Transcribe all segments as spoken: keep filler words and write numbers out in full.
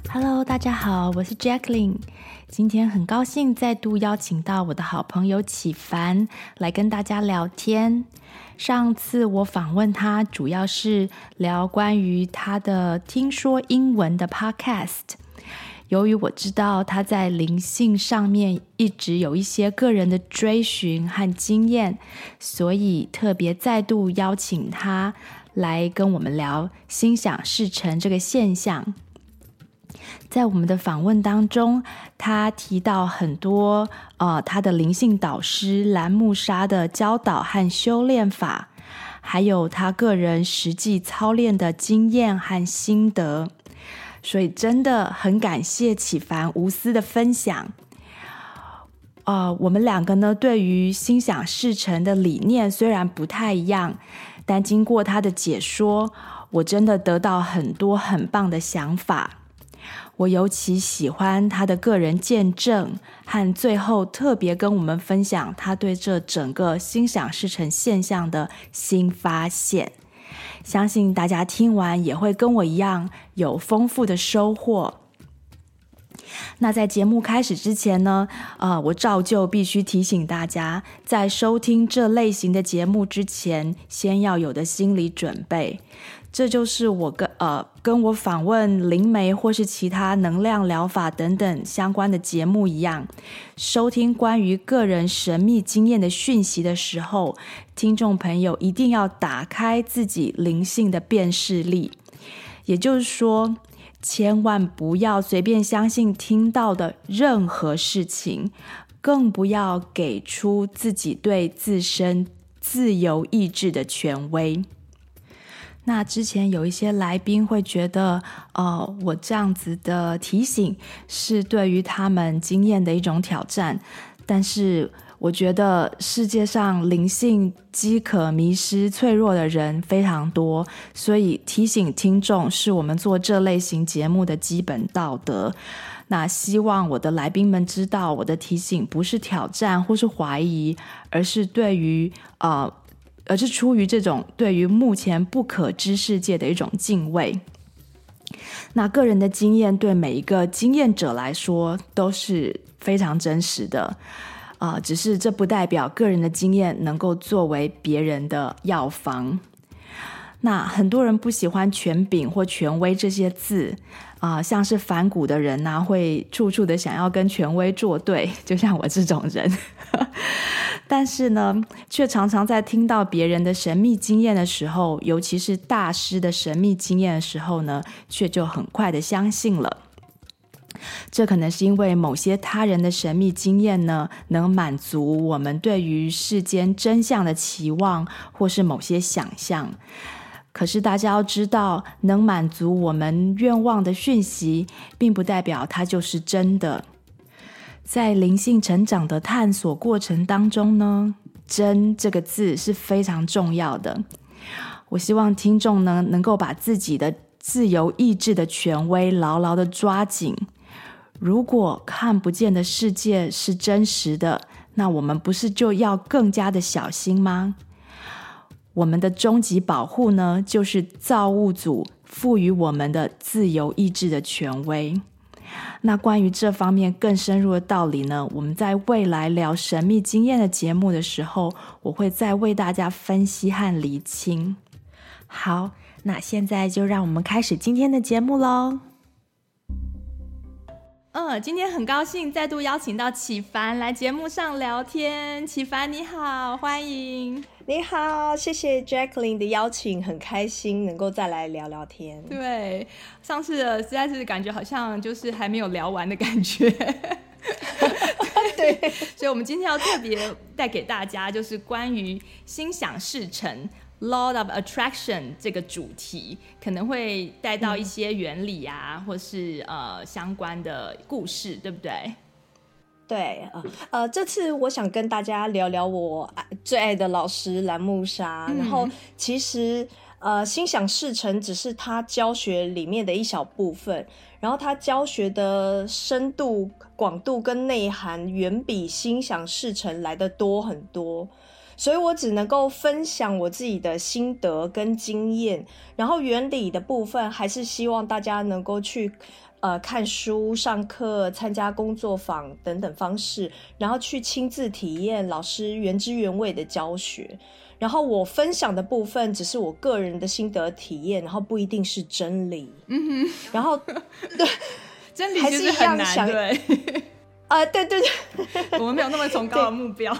Hello， 大家好，我是 Jacqueline。今天很高兴再度邀请到我的好朋友启凡来跟大家聊天。上次我访问他，主要是聊关于他的听说英文的 podcast。由于我知道他在灵性上面一直有一些个人的追寻和经验，所以特别再度邀请他来跟我们聊心想事成这个现象。在我们的访问当中，他提到很多呃他的灵性导师兰慕莎的教导和修炼法，还有他个人实际操练的经验和心得。所以真的很感谢启凡无私的分享。呃，我们两个呢，对于心想事成的理念虽然不太一样，但经过他的解说，我真的得到很多很棒的想法。我尤其喜欢他的个人见证，和最后特别跟我们分享他对这整个心想事成现象的新发现。相信大家听完也会跟我一样有丰富的收获。那在节目开始之前呢，呃，我照旧必须提醒大家，在收听这类型的节目之前，先要有的心理准备。这就是我跟呃跟我访问灵媒或是其他能量疗法等等相关的节目一样，收听关于个人神秘经验的讯息的时候，听众朋友一定要打开自己灵性的辨识力。也就是说，千万不要随便相信听到的任何事情，更不要给出自己对自身自由意志的权威。那之前有一些来宾会觉得呃，我这样子的提醒是对于他们经验的一种挑战，但是我觉得世界上灵性饥渴、迷失、脆弱的人非常多，所以提醒听众是我们做这类型节目的基本道德。那希望我的来宾们知道，我的提醒不是挑战或是怀疑，而是对于呃而是出于这种对于目前不可知世界的一种敬畏。那个人的经验对每一个经验者来说都是非常真实的，呃，只是这不代表个人的经验能够作为别人的药方。那很多人不喜欢权柄或权威这些字，啊、呃，像是反骨的人啊，会处处的想要跟权威作对，就像我这种人。但是呢，却常常在听到别人的神秘经验的时候，尤其是大师的神秘经验的时候呢，却就很快的相信了。这可能是因为某些他人的神秘经验呢，能满足我们对于世间真相的期望，或是某些想象。可是大家要知道，能满足我们愿望的讯息，并不代表它就是真的。在灵性成长的探索过程当中呢，真这个字是非常重要的。我希望听众呢，能够把自己的自由意志的权威牢牢的抓紧。如果看不见的世界是真实的，那我们不是就要更加的小心吗？我们的终极保护呢，就是造物主赋予我们的自由意志的权威。那关于这方面更深入的道理呢，我们在未来聊神秘经验的节目的时候，我会再为大家分析和厘清。好，那现在就让我们开始今天的节目咯。嗯，今天很高兴再度邀请到启凡来节目上聊天。启凡你好，欢迎。 你好，谢谢 Jacqueline 的邀请，很开心能够再来聊聊天。 对，上次实在是感觉好像就是还没有聊完的感觉。对，所以我们今天要特别带给大家就是关于心想事成 Law of Attraction 这个主题，可能会带到一些原理啊、嗯、或是呃相关的故事，对不对？ 对，呃呃，这次我想跟大家聊聊我最爱的老师兰慕莎、嗯、然后其实呃心想事成只是他教学里面的一小部分，然后他教学的深度广度跟内涵远比心想事成来得多很多， 所以我只能够分享我自己的心得跟经验，然后原理的部分还是希望大家能够去呃看书、上课、参加工作坊等等方式，然后去亲自体验老师原汁原味的教学。然后我分享的部分只是我个人的心得体验，然后不一定是真理。嗯哼，然后对， 真理其实很难， 想对， 啊、呃，对对对， 我们没有那么崇高的目标。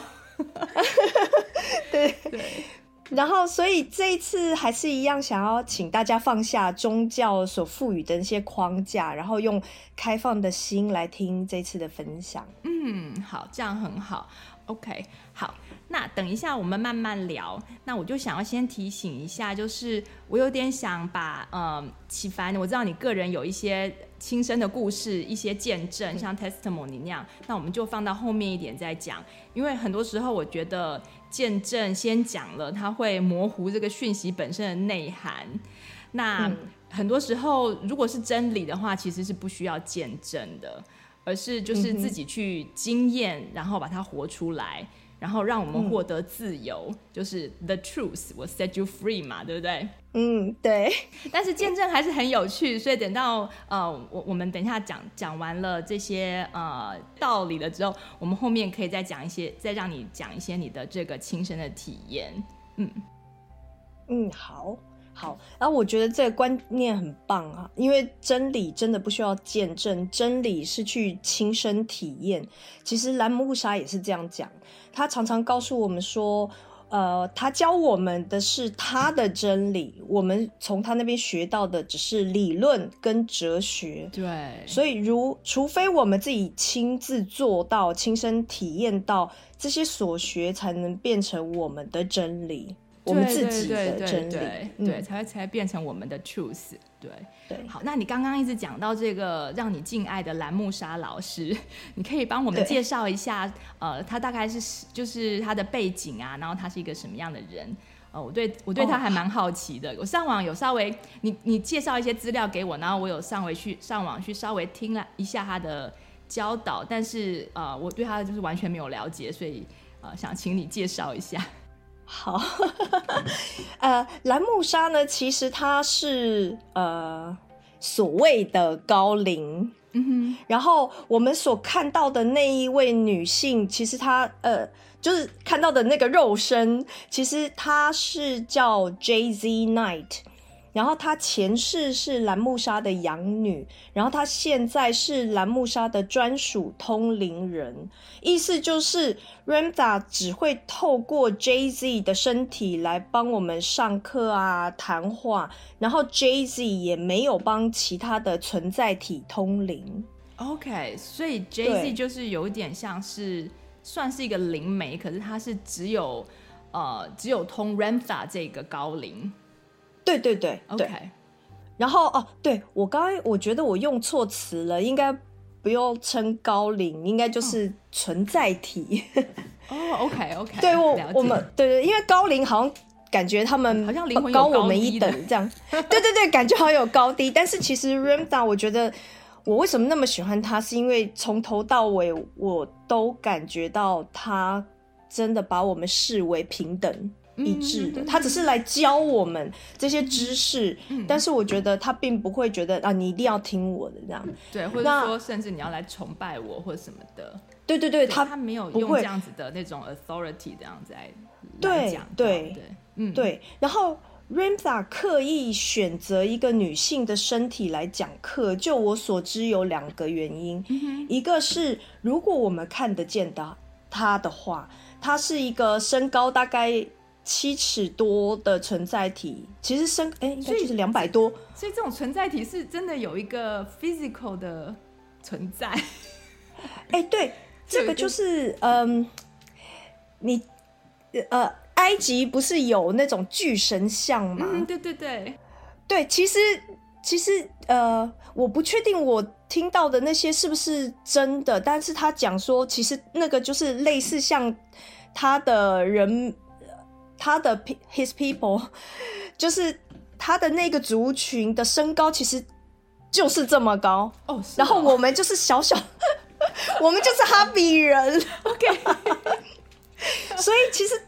对对，然后所以这一次还是一样，想要请大家放下宗教所赋予的那些框架，然后用开放的心来听这次的分享。 嗯，好，这样很好。OK， 好，那等一下我们慢慢聊。那我就想要先提醒一下，就是我有点想把呃启凡，我知道你个人有一些亲身的故事，一些见证，像 testimony 那样，那我们就放到后面一点再讲。因为很多时候我觉得见证先讲了，它会模糊这个讯息本身的内涵。那、嗯、很多时候如果是真理的话，其实是不需要见证的，而是就是自己去经验、嗯、然后把它活出来，然后让我们获得自由、嗯、就是 the truth will set you free 嘛，对不对？ 嗯，对。 但是见证还是很有趣，所以等到呃我我们等一下讲讲完了这些呃道理了之后，我们后面可以再讲一些，再让你讲一些你的这个亲身的体验。嗯嗯，好。好，然后我觉得这个观念很棒啊，因为真理真的不需要见证，真理是去亲身体验。其实兰姆莎也是这样讲，他常常告诉我们说，呃，他教我们的是他的真理，我们从他那边学到的只是理论跟哲学。 对， 所以如除非我们自己亲自做到、亲身体验到，这些所学才能变成我们的真理。我们自己的真理， 对对对、嗯、对，才会才会变成我们的 truth。 对对， 好，那你刚刚一直讲到这个让你敬爱的兰姆莎老师，你可以帮我们介绍一下，呃，他大概是就是他的背景啊，然后他是一个什么样的人？呃，我对我对他还蛮好奇的。哦、我上网有稍微你你介绍一些资料给我，然后我有上回去上网去稍微听了一下他的教导，但是呃，我对他就是完全没有了解，所以呃，想请你介绍一下。 好，呃，兰姆莎呢，其实她是呃所谓的高龄，嗯哼，然后我们所看到的那一位女性，其实她呃就是看到的那个肉身，其实她是叫 J Z Knight。然后她前世是兰姆莎的养女，然后她现在是兰姆莎的专属通灵人，意思就是 Ramtha 只会透过 J Z 的身体来帮我们上课啊、谈话，然后 J Z 也没有帮其他的存在体通灵。 OK， 所以 J Z 就是有一点像是算是一个灵媒，可是它是只有呃只有通 Ramtha 这个高灵。 对对对 ，OK 对。然后哦，对，我刚才我觉得我用错词了，应该不用称高龄，应该就是存在体。 哦、oh, ，OK OK， 对我我们对对，因为高龄好像感觉他们好像灵魂有高低的高我们一等这样。对对对，感觉好像有高低，但是其实 Ramtha 我觉得我为什么那么喜欢他，是因为从头到尾我都感觉到他真的把我们视为平等一致的，他只是来教我们这些知识、嗯、但是我觉得他并不会觉得啊，你一定要听我的这样， 对，或者说甚至你要来崇拜我或者什么的。 对对对， 他他没有用这样子的那种 authority 这样子来来讲， 对对嗯对。然后 Ramtha 刻意选择一个女性的身体来讲课，就我所知有两个原因、嗯、一个是如果我们看得见的她的话，她是一个身高大概七尺多的存在体，其实身哎应该就是两百多， 所以这种存在体是真的有一个 physical 的存在。 哎，对，这个就是嗯，你呃，埃及不是有那种巨神像吗？ 嗯，对对对， 对，其实其实呃，我不确定我听到的那些是不是真的，但是他讲说，其实那个就是类似像他的人。他的 his people 就是他的那个族群的身高其实就是这么高、 哦、 然后我们就是小小我们就是哈比人。 OK 所以其实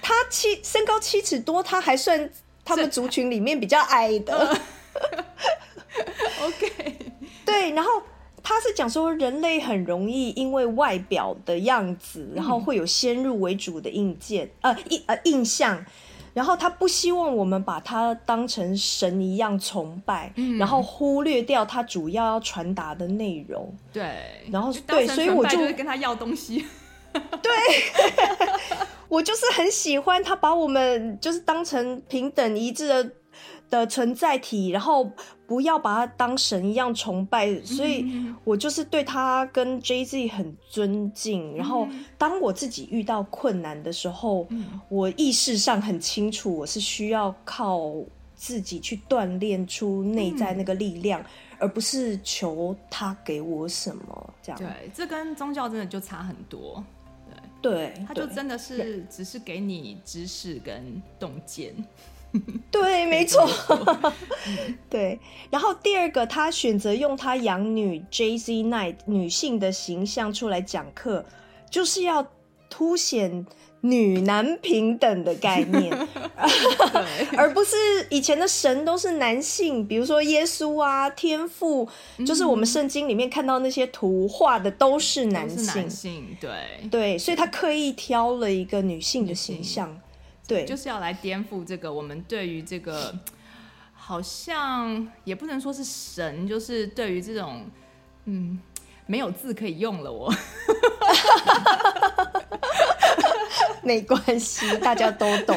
他七身高七尺多，他还算他们族群里面比较矮的。 OK， 对，然后他是讲说人类很容易因为外表的样子，然后会有先入为主的印见、呃印呃印象。然后他不希望我们把他当成神一样崇拜，嗯、然后忽略掉他主要要传达的内容。 对， 然后对，所以我就就是跟他要东西。 对，我就是很喜欢他把我们就是当成平等一致的的存在体，然后不要把他当神一样崇拜，所以我就是对他跟 Jay-Z 很尊敬。然后当我自己遇到困难的时候，我意识上很清楚，我是需要靠自己去锻炼出内在那个力量，而不是求他给我什么。这样， 对，这跟宗教真的就差很多。 对， 他就真的是只是给你知识跟洞见。 对，没错。对，然后第二个，他选择用他养女 Jay-Z Knight 女性的形象出来讲课，就是要凸显女男平等的概念，而不是以前的神都是男性，比如说耶稣啊、天父，嗯、就是我们圣经里面看到那些图画的都是男性， 都是男性，对对，所以他刻意挑了一个女性的形象。对， 就是要来颠覆这个我们对于这个好像也不能说是神，就是对于这种嗯没有字可以用了我没关系，大家都懂。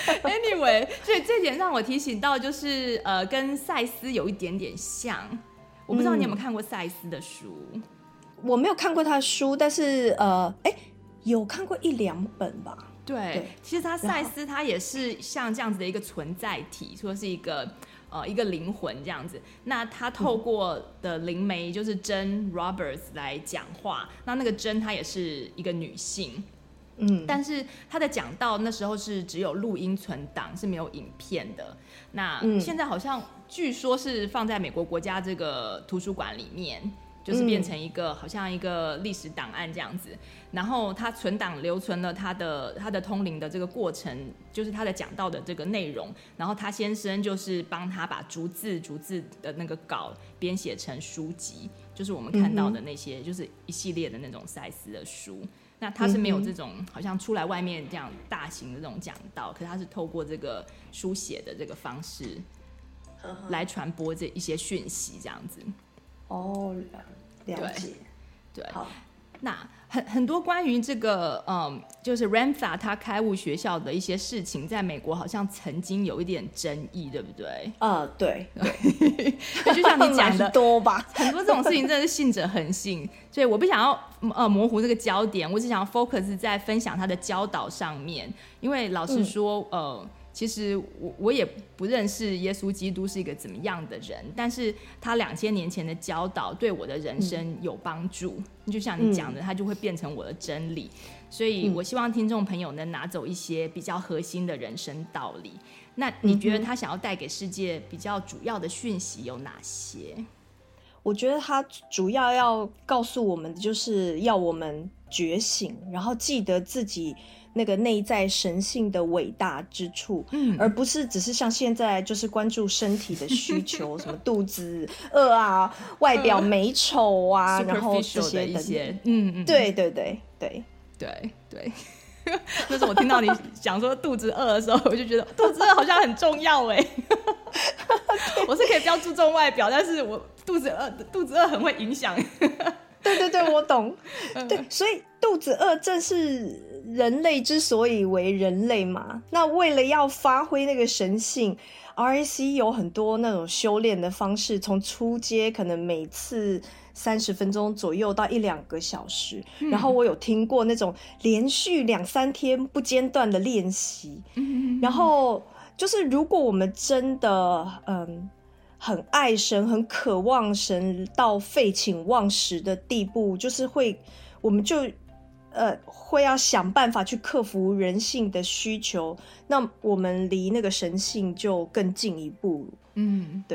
Anyway， 所以这点让我提醒到，就是呃，跟赛斯有一点点像。我不知道你有没有看过赛斯的书？ 嗯、我没有看过他的书，但是呃，哎，有看过一两本吧。 对，对，其实他赛斯他也是像这样子的一个存在体，说是一个呃一个灵魂这样子。那他透过的灵媒就是珍 Roberts 来讲话，那那个珍她也是一个女性，嗯，但是他的讲道那时候是只有录音存档，是没有影片的。那现在好像据说是放在美国国家这个图书馆里面。就是变成一个、嗯、好像一个历史档案这样子，然后他存档留存了他的他的通灵的这个过程，就是他的讲道的这个内容，然后他先生就是帮他把逐字逐字的那个稿编写成书籍，就是我们看到的那些、嗯、就是一系列的那种赛斯的书。那他是没有这种、嗯、好像出来外面这样大型的这种讲道，可是他是透过这个书写的这个方式来传播这一些讯息这样子。 哦，了解， 对，好，那很很多关于这个，嗯，就是 Ramtha 他开悟学校的一些事情，在美国好像曾经有一点争议，对不对？ 啊、呃，对，对， 就像你讲的多吧， 很多这种事情真的是信者恒信，所以我不想要呃模糊这个焦点，我只想要 focus 在分享他的教导上面，因为老实说，嗯、呃。其实 我, 我也不认识耶稣基督是一个怎么样的人，但是他两千年前的教导对我的人生有帮助、嗯、就像你讲的，他就会变成我的真理、嗯、所以我希望听众朋友能拿走一些比较核心的人生道理。那你觉得他想要带给世界比较主要的讯息有哪些？ 我觉得他主要要告诉我们的就是要我们觉醒，然后记得自己那个内在神性的伟大之处、嗯、而不是只是像现在就是关注身体的需求什么肚子饿啊外表美丑啊、嗯、然后这些的一些嗯嗯， 对对对对对对那时候我听到你讲说肚子饿的时候，我就觉得肚子饿好像很重要哎我是可以不要注重外表，但是我肚子饿肚子饿很会影响对对对，我懂。对，所以肚子饿正是人类之所以为人类嘛。那为了要发挥那个神性 ，R A C 有很多那种修炼的方式，从初阶可能每次三十分钟左右到一两个小时、嗯、然后我有听过那种连续两三天不间断的练习、嗯、然后就是如果我们真的嗯很爱神很渴望神到废寝忘食的地步，就是会我们就呃会要想办法去克服人性的需求，那我们离那个神性就更进一步。嗯，对，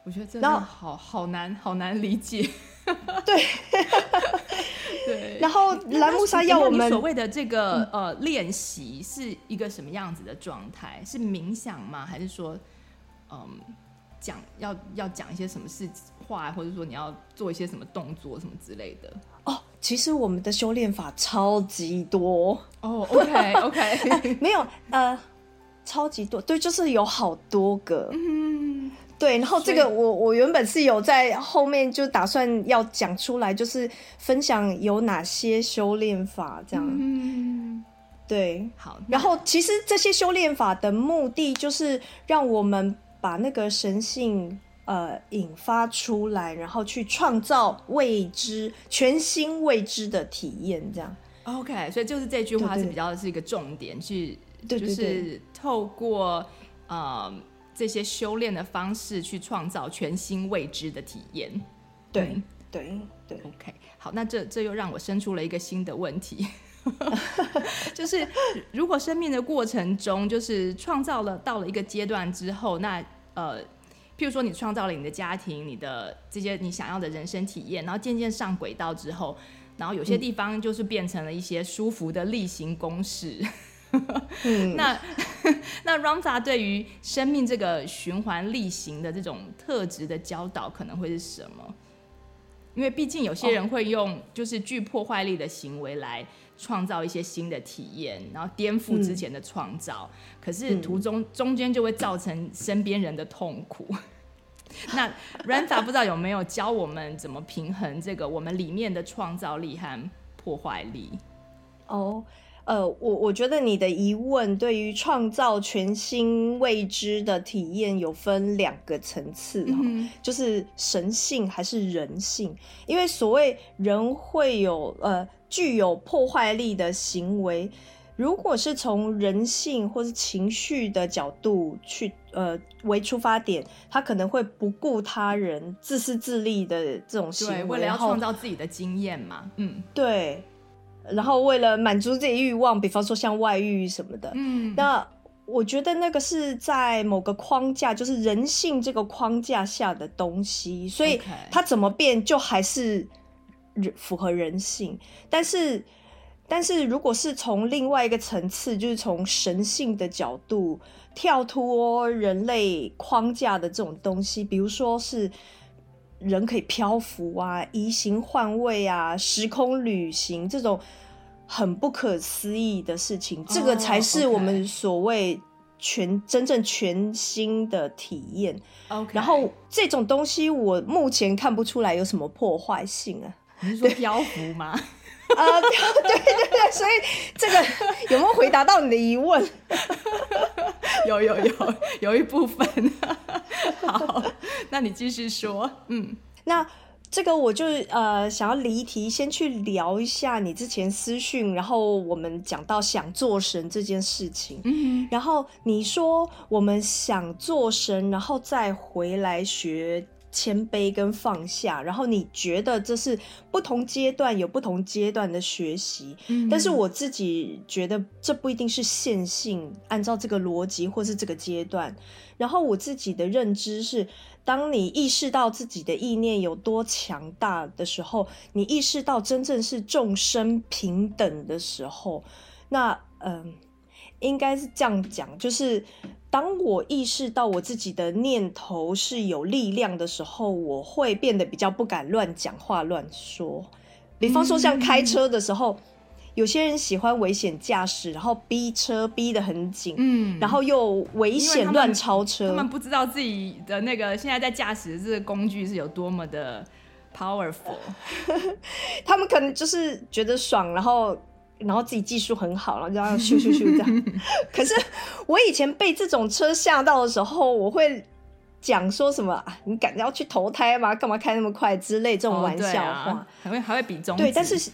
我觉得真的好好难好难理解。 对对， 然后兰慕莎要我们所谓的这个、嗯、呃练习是一个什么样子的状态？是冥想吗？还是说嗯讲要要讲一些什么事话，或者说你要做一些什么动作什么之类的？ 哦，其实我们的修炼法超级多哦。OK OK， 没有呃超级多，对，就是有好多个。嗯。对，然后这个我我原本是有在后面就打算要讲出来，就是分享有哪些修炼法这样。嗯，对， 好。 然后其实这些修炼法的目的就是让我们把那个神性呃引发出来，然后去创造未知、全新未知的体验，这样。 OK， 所以就是这句话是比较是一个重点，去就是透过呃。这些修炼的方式去创造全新未知的体验。 对、嗯、对对 OK， 好，那这这又让我生出了一个新的问题就是如果生命的过程中就是创造了到了一个阶段之后，那呃譬如说你创造了你的家庭，你的这些你想要的人生体验，然后渐渐上轨道之后，然后有些地方就是变成了一些舒服的例行公事嗯、那那 Ramtha 对于生命这个循环例行的这种特质的教导可能会是什么？因为毕竟有些人会用就是具破坏力的行为来创造一些新的体验，然后颠覆之前的创造、嗯、可是途中中间就会造成身边人的痛苦那 Ramtha 不知道有没有教我们怎么平衡这个我们里面的创造力和破坏力？ 哦呃，我我觉得你的疑问对于创造全新未知的体验有分两个层次、嗯、就是神性还是人性。因为所谓人会有呃具有破坏力的行为，如果是从人性或是情绪的角度去呃为出发点，他可能会不顾他人、自私自利的这种行为， 对，为了要创造自己的经验嘛。嗯， 对。然后为了满足自己欲望，比方说像外遇什么的，嗯，那我觉得那个是在某个框架，就是人性这个框架下的东西，所以它怎么变就还是符合人性。但是，但是如果是从另外一个层次，就是从神性的角度跳脱人类框架的这种东西，比如说是人可以漂浮啊、移形换位啊、时空旅行这种很不可思议的事情， oh, 这个才是我们所谓全真正全新的体验。Okay. 然后这种东西我目前看不出来有什么破坏性啊。 你是说漂浮吗？ 呃，对对对，所以这个有没有回答到你的疑问？ 有有有有一部分。好，那你继续说。嗯， 那这个我就呃想要离题，先去聊一下你之前私讯，然后我们讲到想做神这件事情。嗯，然后你说我们想做神，然后再回来学谦卑跟放下，然后你觉得这是不同阶段有不同阶段的学习、嗯、但是我自己觉得这不一定是线性按照这个逻辑或是这个阶段。然后我自己的认知是，当你意识到自己的意念有多强大的时候，你意识到真正是众生平等的时候，那嗯，应该是这样讲，就是当我意识到我自己的念头是有力量的时候，我会变得比较不敢乱讲话乱说。比方说像开车的时候、嗯、有些人喜欢危险驾驶，然后逼车逼得很紧、嗯、然后又危险乱超车， 他们不知道自己的那个现在在驾驶的这个工具是有多么的 powerful 他们可能就是觉得爽，然后然后自己技术很好，然后就要咻咻咻这样可是我以前被这种车吓到的时候，我会讲说什么、啊、你赶着要去投胎吗？干嘛开那么快之类这种玩笑话、哦啊、 还会还会比中指， 对，但是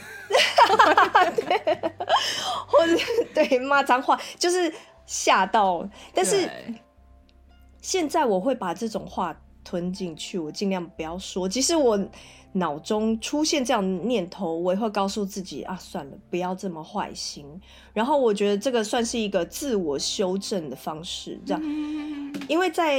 对，或者对骂脏话，就是吓到。但是现在我会把这种话吞进去，我尽量不要说。即使我脑中出现这样的念头，我也会告诉自己啊，算了，不要这么坏心。然后我觉得这个算是一个自我修正的方式，这样，因为在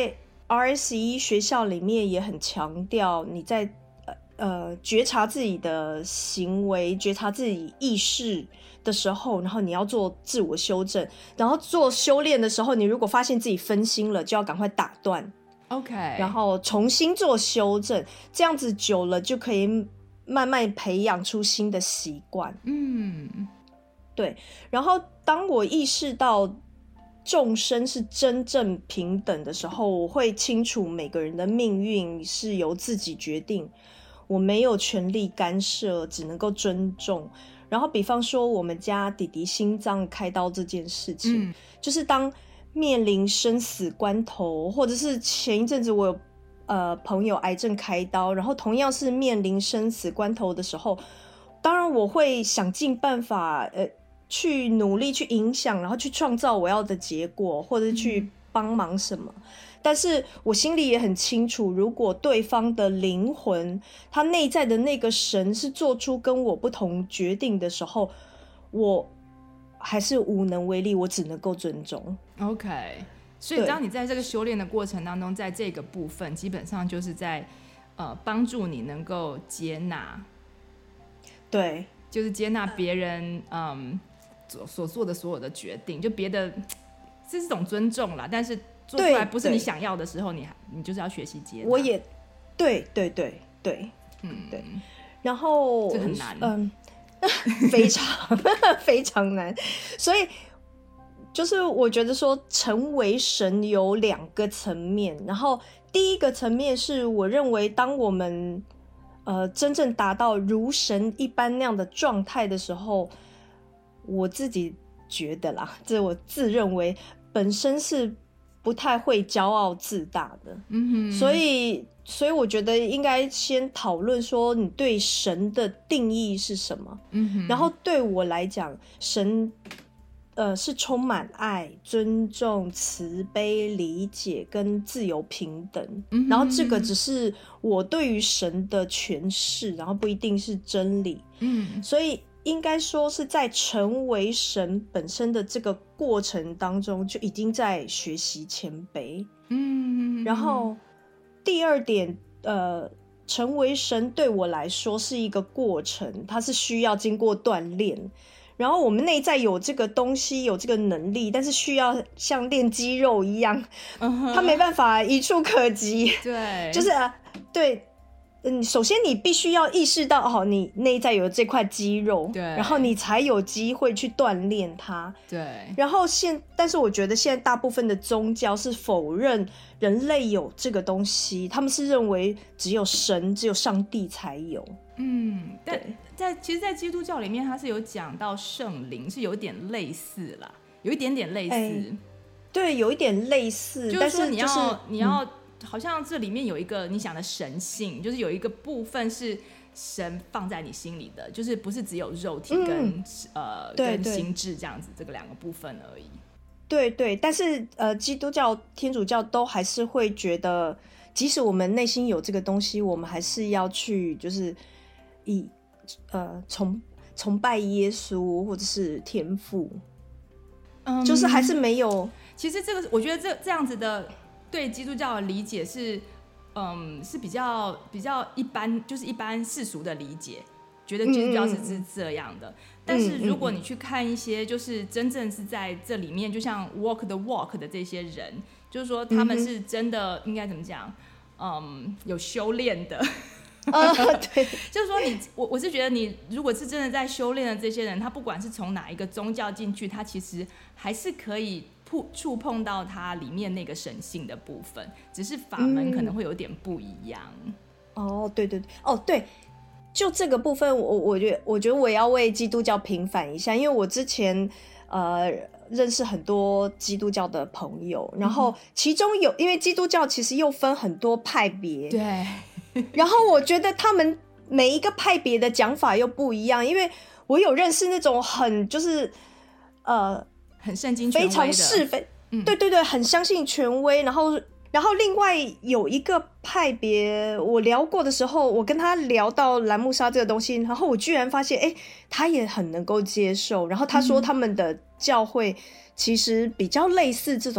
R S E 学校里面也很强调你在呃觉察自己的行为，觉察自己意识的时候，然后你要做自我修正，然后做修炼的时候，你如果发现自己分心了，就要赶快打断 OK， 然后重新做修正，这样子久了就可以慢慢培养出新的习惯。 嗯， 对。然后当我意识到众生是真正平等的时候，我会清楚每个人的命运是由自己决定，我没有权利干涉，只能够尊重。然后比方说我们家弟弟心脏开刀这件事情、嗯、就是当面临生死关头，或者是前一阵子我有呃朋友癌症开刀，然后同样是面临生死关头的时候，当然我会想尽办法呃去努力去影响，然后去创造我要的结果，或者去帮忙什么、嗯、但是我心里也很清楚，如果对方的灵魂他内在的那个神是做出跟我不同决定的时候，我还是无能为力，我只能够尊重。 OK， 所以当你在这个修炼的过程当中，在这个部分基本上就是在呃帮助你能够接纳， 对， 就是接纳别人嗯所做的所有的决定，就别的这是一种尊重啦，但是做出来不是你想要的时候，你你就是要学习接纳。 我也对对对对，嗯对，然后这很难， 嗯，非常非常难，所以就是我觉得说成为神有两个层面，然后第一个层面是我认为当我们呃真正达到如神一般那样的状态的时候，我自己觉得啦，这我自认为本身是不太会骄傲自大的，嗯哼，所以所以我觉得应该先讨论说你对神的定义是什么，嗯哼，然后对我来讲，神呃是充满爱、尊重、慈悲、理解跟自由平等，嗯，然后这个只是我对于神的诠释，然后不一定是真理，嗯，所以应该说是在成为神本身的这个过程当中，就已经在学习谦卑。嗯，然后第二点，呃，成为神对我来说是一个过程，它是需要经过锻炼。然后我们内在有这个东西，有这个能力，但是需要像练肌肉一样， uh-huh. 它没办法一触可及。 对， 就是、呃、对。嗯，首先你必须要意识到，哦，你内在有这块肌肉， 对， 然后你才有机会去锻炼它， 对。 然后现，但是我觉得现在大部分的宗教是否认人类有这个东西，他们是认为只有神、只有上帝才有。 嗯，但在其实，在基督教里面，它是有讲到圣灵，是有点类似啦，有一点点类似。欸、 对，有一点类似， 就是说你要、 但是、就是、 你要。嗯好像这里面有一个你想的神性，就是有一个部分是神放在你心里的，就是不是只有肉体跟、嗯、呃对跟心智这样子这个两个部分而已。 对对，但是呃，基督教、天主教都还是会觉得，即使我们内心有这个东西，我们还是要去就是以呃崇崇拜耶稣或者是天父，嗯，就是还是没有。 其实这个我觉得这这样子的。对基督教的理解是，嗯，是比较比较一般，就是一般世俗的理解，觉得基督教是是这样的。嗯、但是如果你去看一些，就是真正是在这里面，就像 walk the walk 的这些人，就是说他们是真的应该怎么讲，嗯，有修炼的。 呃、对， 就是说你，我我是觉得你如果是真的在修炼的这些人，他不管是从哪一个宗教进去，他其实还是可以触碰到它里面那个神性的部分，只是法门可能会有点不一样。 嗯、哦，对对对，哦对，就这个部分我，我我觉得我觉得我也要为基督教平反一下，因为我之前呃认识很多基督教的朋友，然后其中有、嗯、因为基督教其实又分很多派别， 对。 然后我觉得他们每一个派别的讲法又不一样，因为我有认识那种很就是呃很圣经权威的， 非常是非、嗯，对对对，很相信权威。然后然后另外有一个派别，我聊过的时候，我跟他聊到兰木沙这个东西，然后我居然发现，哎，他也很能够接受。然后他说他们的教会其实比较类似这种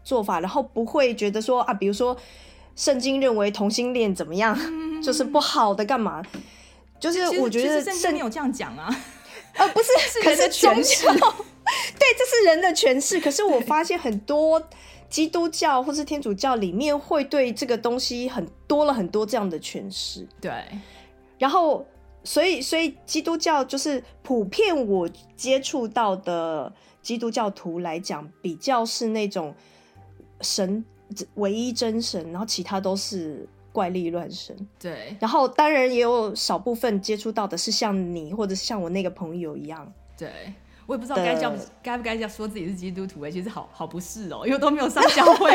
做法，然后不会觉得说啊，比如说圣经认为同性恋怎么样，嗯、就是不好的干嘛？就是我觉得圣经没有这样讲啊， 呃，不是， 是人的诠释。 对，这是人的诠释。可是我发现很多基督教或是天主教里面会对这个东西很多了很多这样的诠释。 对， 然后所以所以基督教就是普遍我接触到的基督教徒来讲，比较是那种神唯一真神，然后其他都是怪力乱神。 对， 然后当然也有少部分接触到的是像你或者是像我那个朋友一样。 对，我也不知道该叫该不该叫说自己是基督徒哎，其实好好不是哦，因为都没有上教会。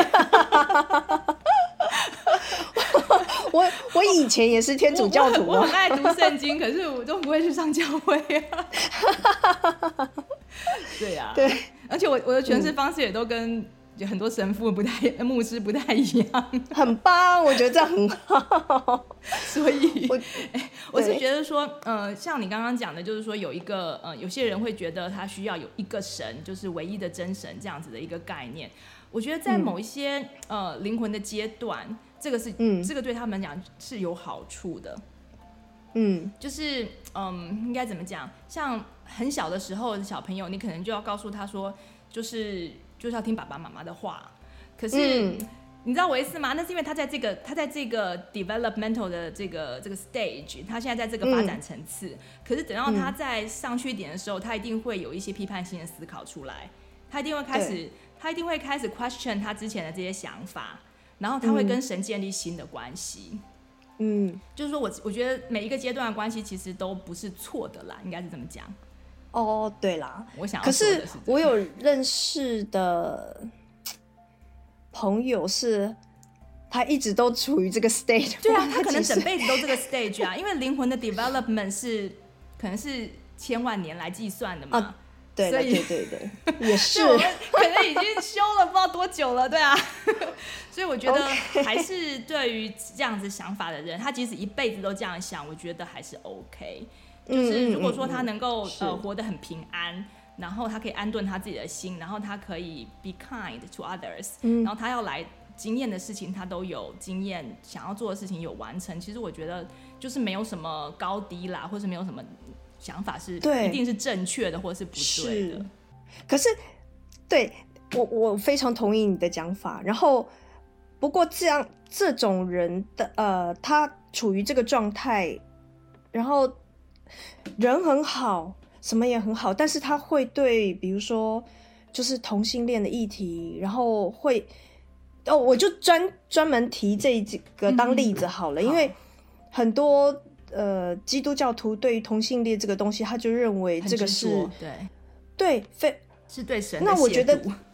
我我以前也是天主教徒、 我, 我, 我很爱读圣经，可是我都不会去上教会啊。对啊， 对， 而且我我的诠释方式也都跟很多神父不太、牧师不太一样。 很棒，我觉得这样很好。 所以我、欸、我是觉得说，呃，像你刚刚讲的，就是说有一个呃，有些人会觉得他需要有一个神，就是唯一的真神这样子的一个概念。我觉得在某一些、嗯、呃灵魂的阶段，这个是、嗯、这个对他们讲是有好处的。嗯，就是嗯，应该怎么讲？像很小的时候的小朋友，你可能就要告诉他说，就是就是要听爸爸妈妈的话。可是、嗯、你知道我意思吗？那是因为他在这个他在这个 developmental 的这个这个 stage， 他现在在这个发展层次、嗯。可是等到他再上去一点的时候，他一定会有一些批判性的思考出来，他一定会开始。他一定会开始 question 他之前的这些想法，然后他会跟神建立新的关系。嗯，就是说我我觉得每一个阶段的关系其实都不是错的啦，应该是这么讲。 哦，对啦， 我想要说的是、这个、 可是我有认识的朋友是，他一直都处于这个 stage。 对啊，他可能整辈子都这个 stage 啊，因为灵魂的 development 是可能是千万年来计算的嘛。啊对了，对对对，也是， 我们可能已经修了不知道多久了，对啊，所以我觉得还是对于这样子想法的人，他即使一辈子都这样想，我觉得还是 OK。就是如果说他能够、嗯嗯、呃活得很平安，然后他可以安顿他自己的心，然后他可以 be kind to others，、嗯、然后他要来经验的事情他都有经验，想要做的事情有完成，其实我觉得就是没有什么高低啦，或是没有什么想法是一定是正确的或是不对的。 可是对我我非常同意你的讲法，然后不过这样这种人的呃他处于这个状态，然后人很好什么也很好，但是他会对比如说就是同性恋的议题，然后会哦我就专专门提这几个当例子好了、嗯、因为很多呃，基督教徒对于同性恋这个东西，他就认为这个是对对非是对神的亵渎。 那我觉得，对，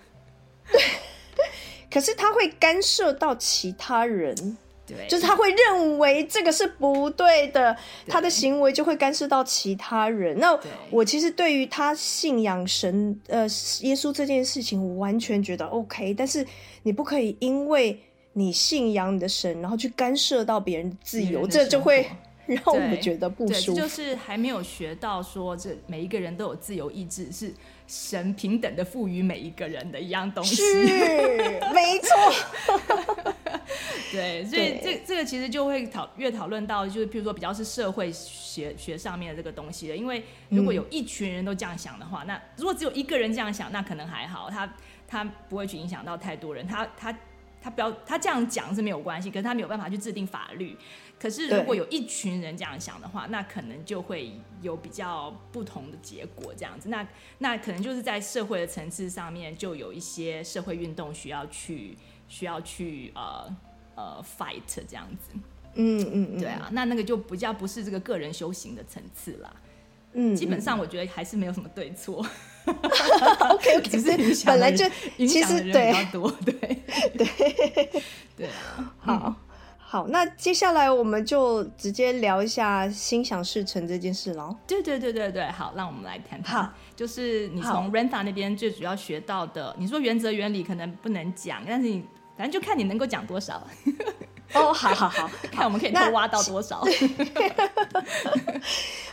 可是他会干涉到其他人， 对， 就是他会认为这个是不对的，对他的行为就会干涉到其他人。那我其实对于他信仰神呃耶稣这件事情，我完全觉得 OK， 但是你不可以因为你信仰你的神，然后去干涉到别人的自由，这就会让我觉得不舒服。 对，这就是还没有学到说这每一个人都有自由意志，是神平等的赋予每一个人的一样东西。 是，没错。 对，所以这这个其实就会讨越讨论到，就是譬如说比较是社会学学上面的这个东西了。因为如果有一群人都这样想的话，嗯、那如果只有一个人这样想，那可能还好，他他不会去影响到太多人。他他他不要他这样讲是没有关系，可是他没有办法去制定法律。可是如果有一群人这样想的话，那可能就会有比较不同的结果这样子。那那可能就是在社会的层次上面，就有一些社会运动需要去需要去呃呃 fight 这样子。 嗯嗯嗯， 对啊，那那个就比较不是这个个人修行的层次啦。嗯，基本上我觉得还是没有什么对错。 OK OK， 只是本来就影响的人比较多，对对对啊， 好。嗯好，那接下来我们就直接聊一下心想事成这件事咯。 对对对对对，好，让我们来谈谈。好，就是你从 Rentha 那边最主要学到的，你说原则原理可能不能讲，但是你反正就看你能够讲多少。 哦，好好好， 看我们可以偷挖到多少。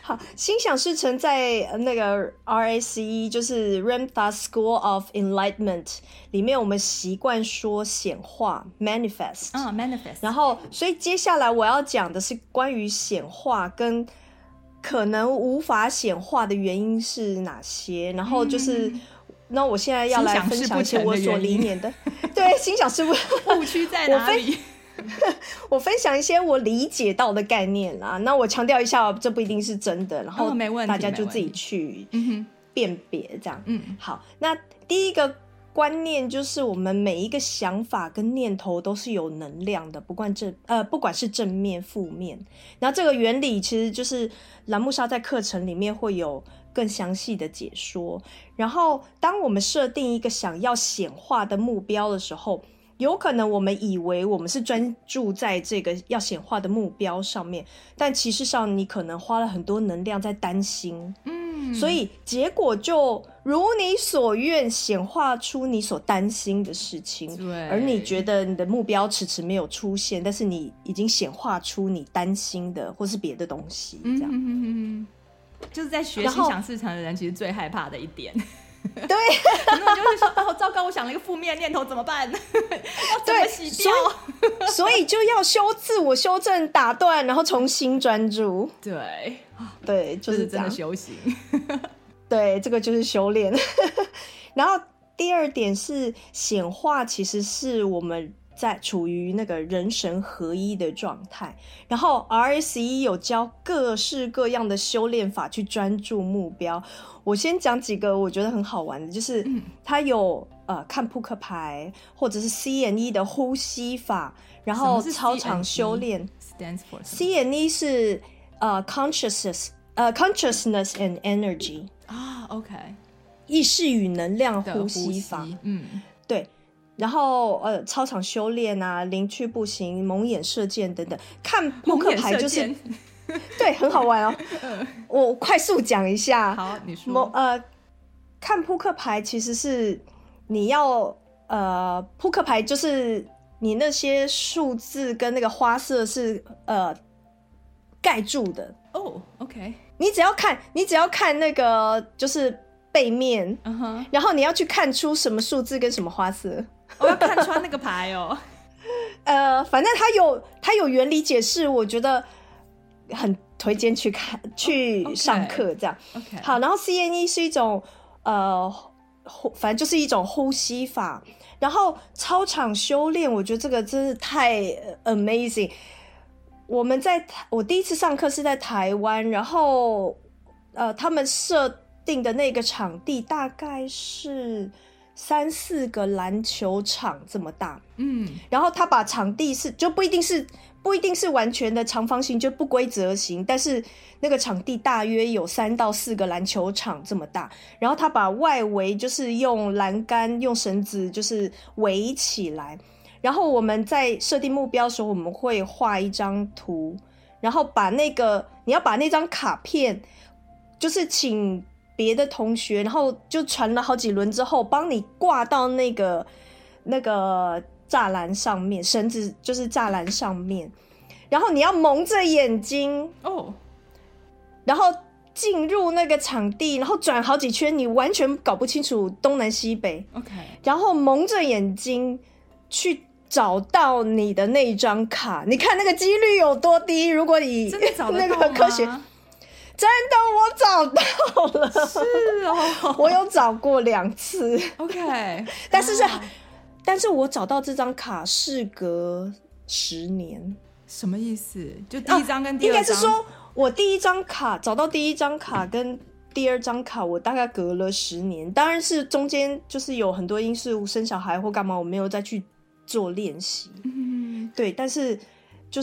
好，心想事成在那个 R A C E 就是 Ramtha School of Enlightenment 里面，我们习惯说显化 manifest， 啊、oh, manifest。 然后，所以接下来我要讲的是关于显化跟可能无法显化的原因是哪些，然后就是。嗯，那我现在要来分享一些我所理解的，对，心想事不成误区在哪里？ 我分享一些我理解到的概念啦。那我强调一下，这不一定是真的，然后大家就自己去辨别这样。嗯，好，那第一个观念就是我们每一个想法跟念头都是有能量的，不管正呃不管是正面负面。然后这个原理其实就是兰木莎在课程里面会有更详细的解说。然后当我们设定一个想要显化的目标的时候，有可能我们以为我们是专注在这个要显化的目标上面，但其实上你可能花了很多能量在担心，嗯，所以结果就如你所愿显化出你所担心的事情，对，而你觉得你的目标迟迟没有出现，但是你已经显化出你担心的或是别的东西，这样。嗯哼哼哼， 就是在学心想事成的人其实最害怕的一点。 对， 很多人就会说哦，糟糕，我想了一个负面念头怎么办？要怎么洗掉？ 所以, 所以就要修自我修正打断，然后重新专注。 对对，就是这样， 这是真的修行。 对，这个就是修炼。然后第二点是显化，其实是我们在处于那个人神合一的状态，然后 R S E 有教各式各样的修炼法去专注目标。我先讲几个我觉得很好玩的，就是它有、嗯、呃看扑克牌，或者是 C N E 的呼吸法，然后操场修炼。C N E 是呃 consciousness 呃 consciousness and energy 啊 ，OK， 意识与能量呼吸法，嗯，对。然后呃，操场修炼啊，灵去步行、蒙眼射箭等等，看扑克牌就是对，很好玩哦。我快速讲一下。 好，你说。 呃，看扑克牌其实是你要呃，扑克牌就是你那些数字跟那个花色是呃盖住的。 哦、oh, ，OK。 你只要看，你只要看那个就是背面， uh-huh. 然后你要去看出什么数字跟什么花色。 我、oh, 要看穿那个牌哦。 呃，反正它有它有原理解释，我觉得很推荐去看去上课这样。 Okay. 好，然后 C N E 是一种呃，反正就是一种呼吸法。然后操场修炼，我觉得这个真是太 amazing。我们在我第一次上课是在台湾，然后呃，他们设定的那个场地大概是三四个篮球场这么大，嗯，然后他把场地是就不一定是不一定是完全的长方形，就不规则形，但是那个场地大约有三到四个篮球场这么大，然后他把外围就是用栏杆用绳子就是围起来，然后我们在设定目标的时候，我们会画一张图，然后把那个你要把那张卡片就是请别的同学，然后就传了好几轮之后，帮你挂到那个那个栅栏上面，绳子就是栅栏上面，然后你要蒙着眼睛哦， oh. 然后进入那个场地，然后转好几圈，你完全搞不清楚东南西北 ，OK， 然后蒙着眼睛去找到你的那一张卡，你看那个几率有多低？如果你真的找得到吗？ 那个科学。真的，我找到了。 是哦， 我有找过两次。 OK， 但是是、啊，但是我找到这张卡事隔十年。 什么意思？就第一张跟第二张、啊？ 应该是说，我第一张卡找到第一张卡跟第二张卡，我大概隔了十年。当然是中间就是有很多因素，生小孩或干嘛，我没有再去做练习。嗯，对，但是就是。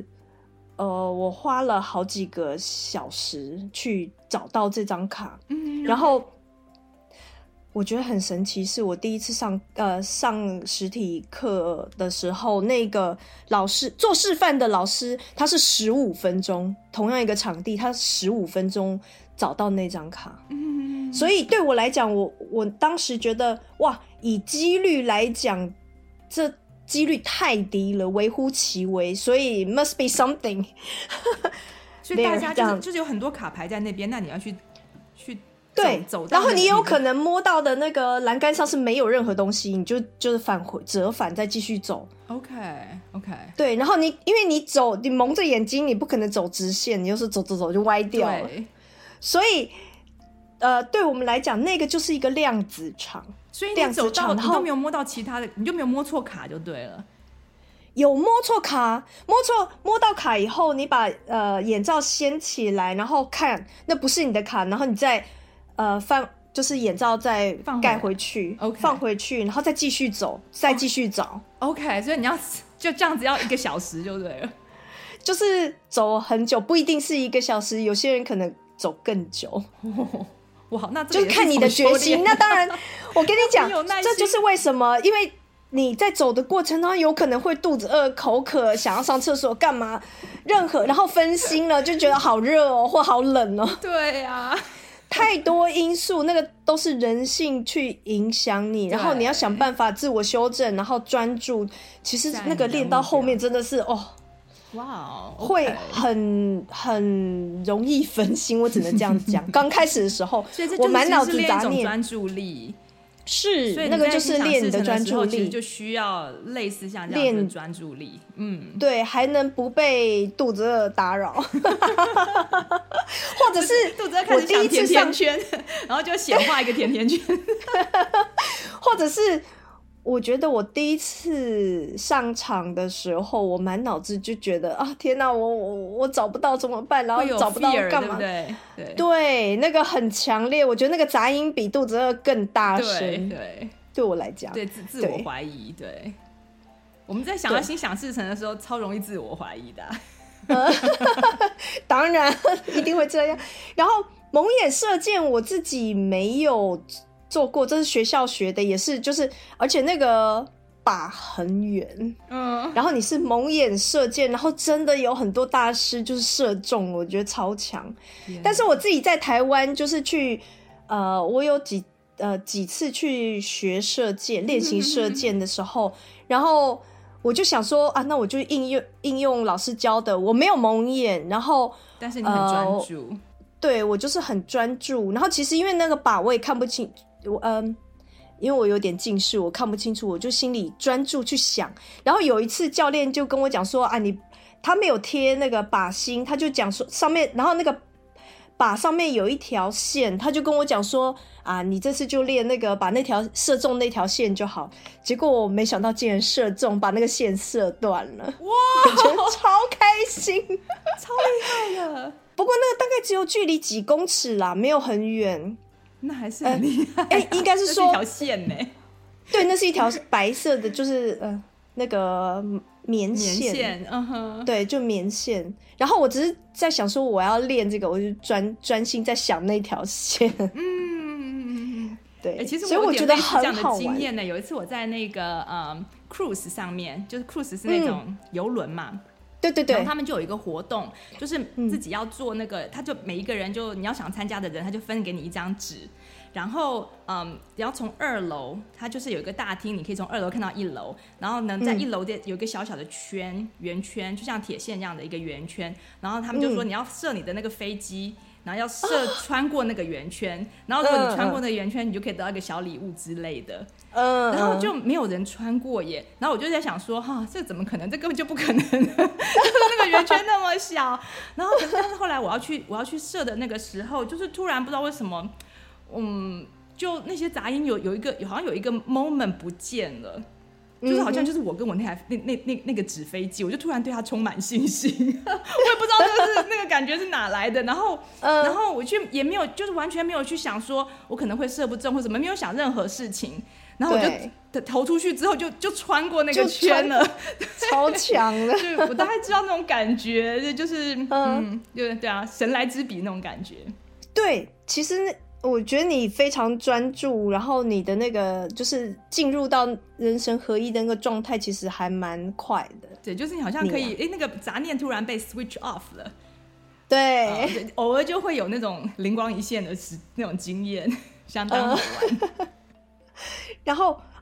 呃，我花了好几个小时去找到这张卡，嗯，然后我觉得很神奇，是我第一次上呃上实体课的时候，那个老师做示范的老师，他是十五分钟，同样一个场地，他十五分钟找到那张卡，嗯，所以对我来讲，我我当时觉得哇，以几率来讲，这。几率太低了，微乎其微，所以 must be something 。 所以大家就是就是有很多卡牌在那边，那你要去去对走，然后你有可能摸到的那个栏杆上是没有任何东西，你就就是返回折返再继续走。 OK OK， 对，然后你因为你走，你蒙着眼睛，你不可能走直线，你就是走走走就歪掉了。所以，呃，对我们来讲，那个就是一个量子场。 所以你走到你都没有摸到其他的，你就没有摸错卡就对了。 有摸错卡，摸错摸到卡以后，你把呃眼罩掀起来，然后看那不是你的卡，然后你再呃放，就是眼罩再盖回去， 放回, okay. 放回去，然后再继续走，再继续找。 Oh, OK， 所以你要就这样子要一个小时就对了， 就是走很久，不一定是一个小时，有些人可能走更久。 哦哇，那这就看你的决心。那当然，我跟你讲，这就是为什么，因为你在走的过程中，有可能会肚子饿、口渴，想要上厕所，干嘛？任何，然后分心了，就觉得好热哦，或好冷哦。 对啊， 太多因素，那个都是人性去影响你，然后你要想办法自我修正，然后专注。其实那个练到后面真的是哦。 哇、wow, okay. 会很很容易分心，我只能这样讲。刚开始的时候，我满脑子杂念， 专注力是那个就是练你的专注力， 其实就需要类似像这样的专注力。嗯， 对，还能不被肚子饿打扰，或者是肚子饿开始想甜甜圈，然后就显化一个甜甜圈， 或者是。我觉得我第一次上场的时候，我满脑子就觉得啊，天哪，我我我找不到怎么办？然后找不到干嘛？ 对对对, 对，那个很强烈。我觉得那个杂音比肚子饿更大声。 对对， 对我来讲， 对自自我怀疑。对，我们在想要心想事成的时候，超容易自我怀疑的、啊。 当然一定会这样。然后蒙眼射箭，我自己没有做过，这是学校学的，也是就是，而且那个靶很远，嗯，然后你是蒙眼射箭，然后真的有很多大师就是射中，我觉得超强。Yeah. 但是我自己在台湾就是去，呃，我有几呃几次去学射箭，练习射箭的时候，然后我就想说啊，那我就应用应用老师教的，我没有蒙眼，然后但是你很专注，呃、 对我就是很专注，然后其实因为那个靶我也看不清。我嗯，因为我有点近视，我看不清楚，我就心里专注去想。然后有一次教练就跟我讲说啊，你他没有贴那个靶心，他就讲说上面，然后那个靶上面有一条线，他就跟我讲说啊，你这次就练那个把那条射中那条线就好。结果我没想到竟然射中，把那个线射断了，哇，我觉得超开心， 超厉害的。 不过那个大概只有距离几公尺啦，没有很远。 那还是很厉害、啊， 哎、呃，应该是说那是一条线呢。 对，那是一条白色的，就是呃那个棉线， 棉线，嗯哼， 对，就棉线。然后我只是在想说，我要练这个，我就专专心在想那条线。嗯，对。 欸、其实所以我觉得很好玩。这样的经验呢。 有一次我在那个嗯 cruise 上面，就是 cruise 是那种游轮嘛。嗯对对对， 然后他们就有一个活动，就是自己要做那个，嗯、他就每一个人就你要想参加的人，他就分给你一张纸，然后嗯，然后从二楼，它就是有一个大厅，你可以从二楼看到一楼，然后呢，在一楼的有一个小小的圈，圆圈，就像铁线这样的一个圆圈，然后他们就说你要射你的那个飞机。然后要射穿过那个圆圈、哦，然后如果你穿过那个圆圈、嗯，你就可以得到一个小礼物之类的。嗯，然后就没有人穿过耶。然后我就在想说，哈，这怎么可能？这根本就不可能，就是那个圆圈那么小。然后，但是后来我要去我要去射的那个时候，就是突然不知道为什么，嗯，就那些杂音有有一个好像有一个 moment 不见了。就是好像就是我跟我那台那那那那个纸飞机，我就突然对它充满信心，我也不知道这个是那个感觉是哪来的，然后、呃、然后我去也没有就是完全没有去想说我可能会射不中或什么，没有想任何事情，然后我就投出去之后就就穿过那个圈了， 超强的， 对，我大概知道那种感觉，就是嗯，对对啊，神来之笔那种感觉。 对，其实。我觉得你非常专注，然后你的那个就是进入到人神合一的那个状态，其实还蛮快的。 对，就是你好像可以，哎、啊，那个杂念突然被 switch off 了。 对， 呃、偶尔就会有那种灵光一现的那种经验，相当好玩。 呃、然后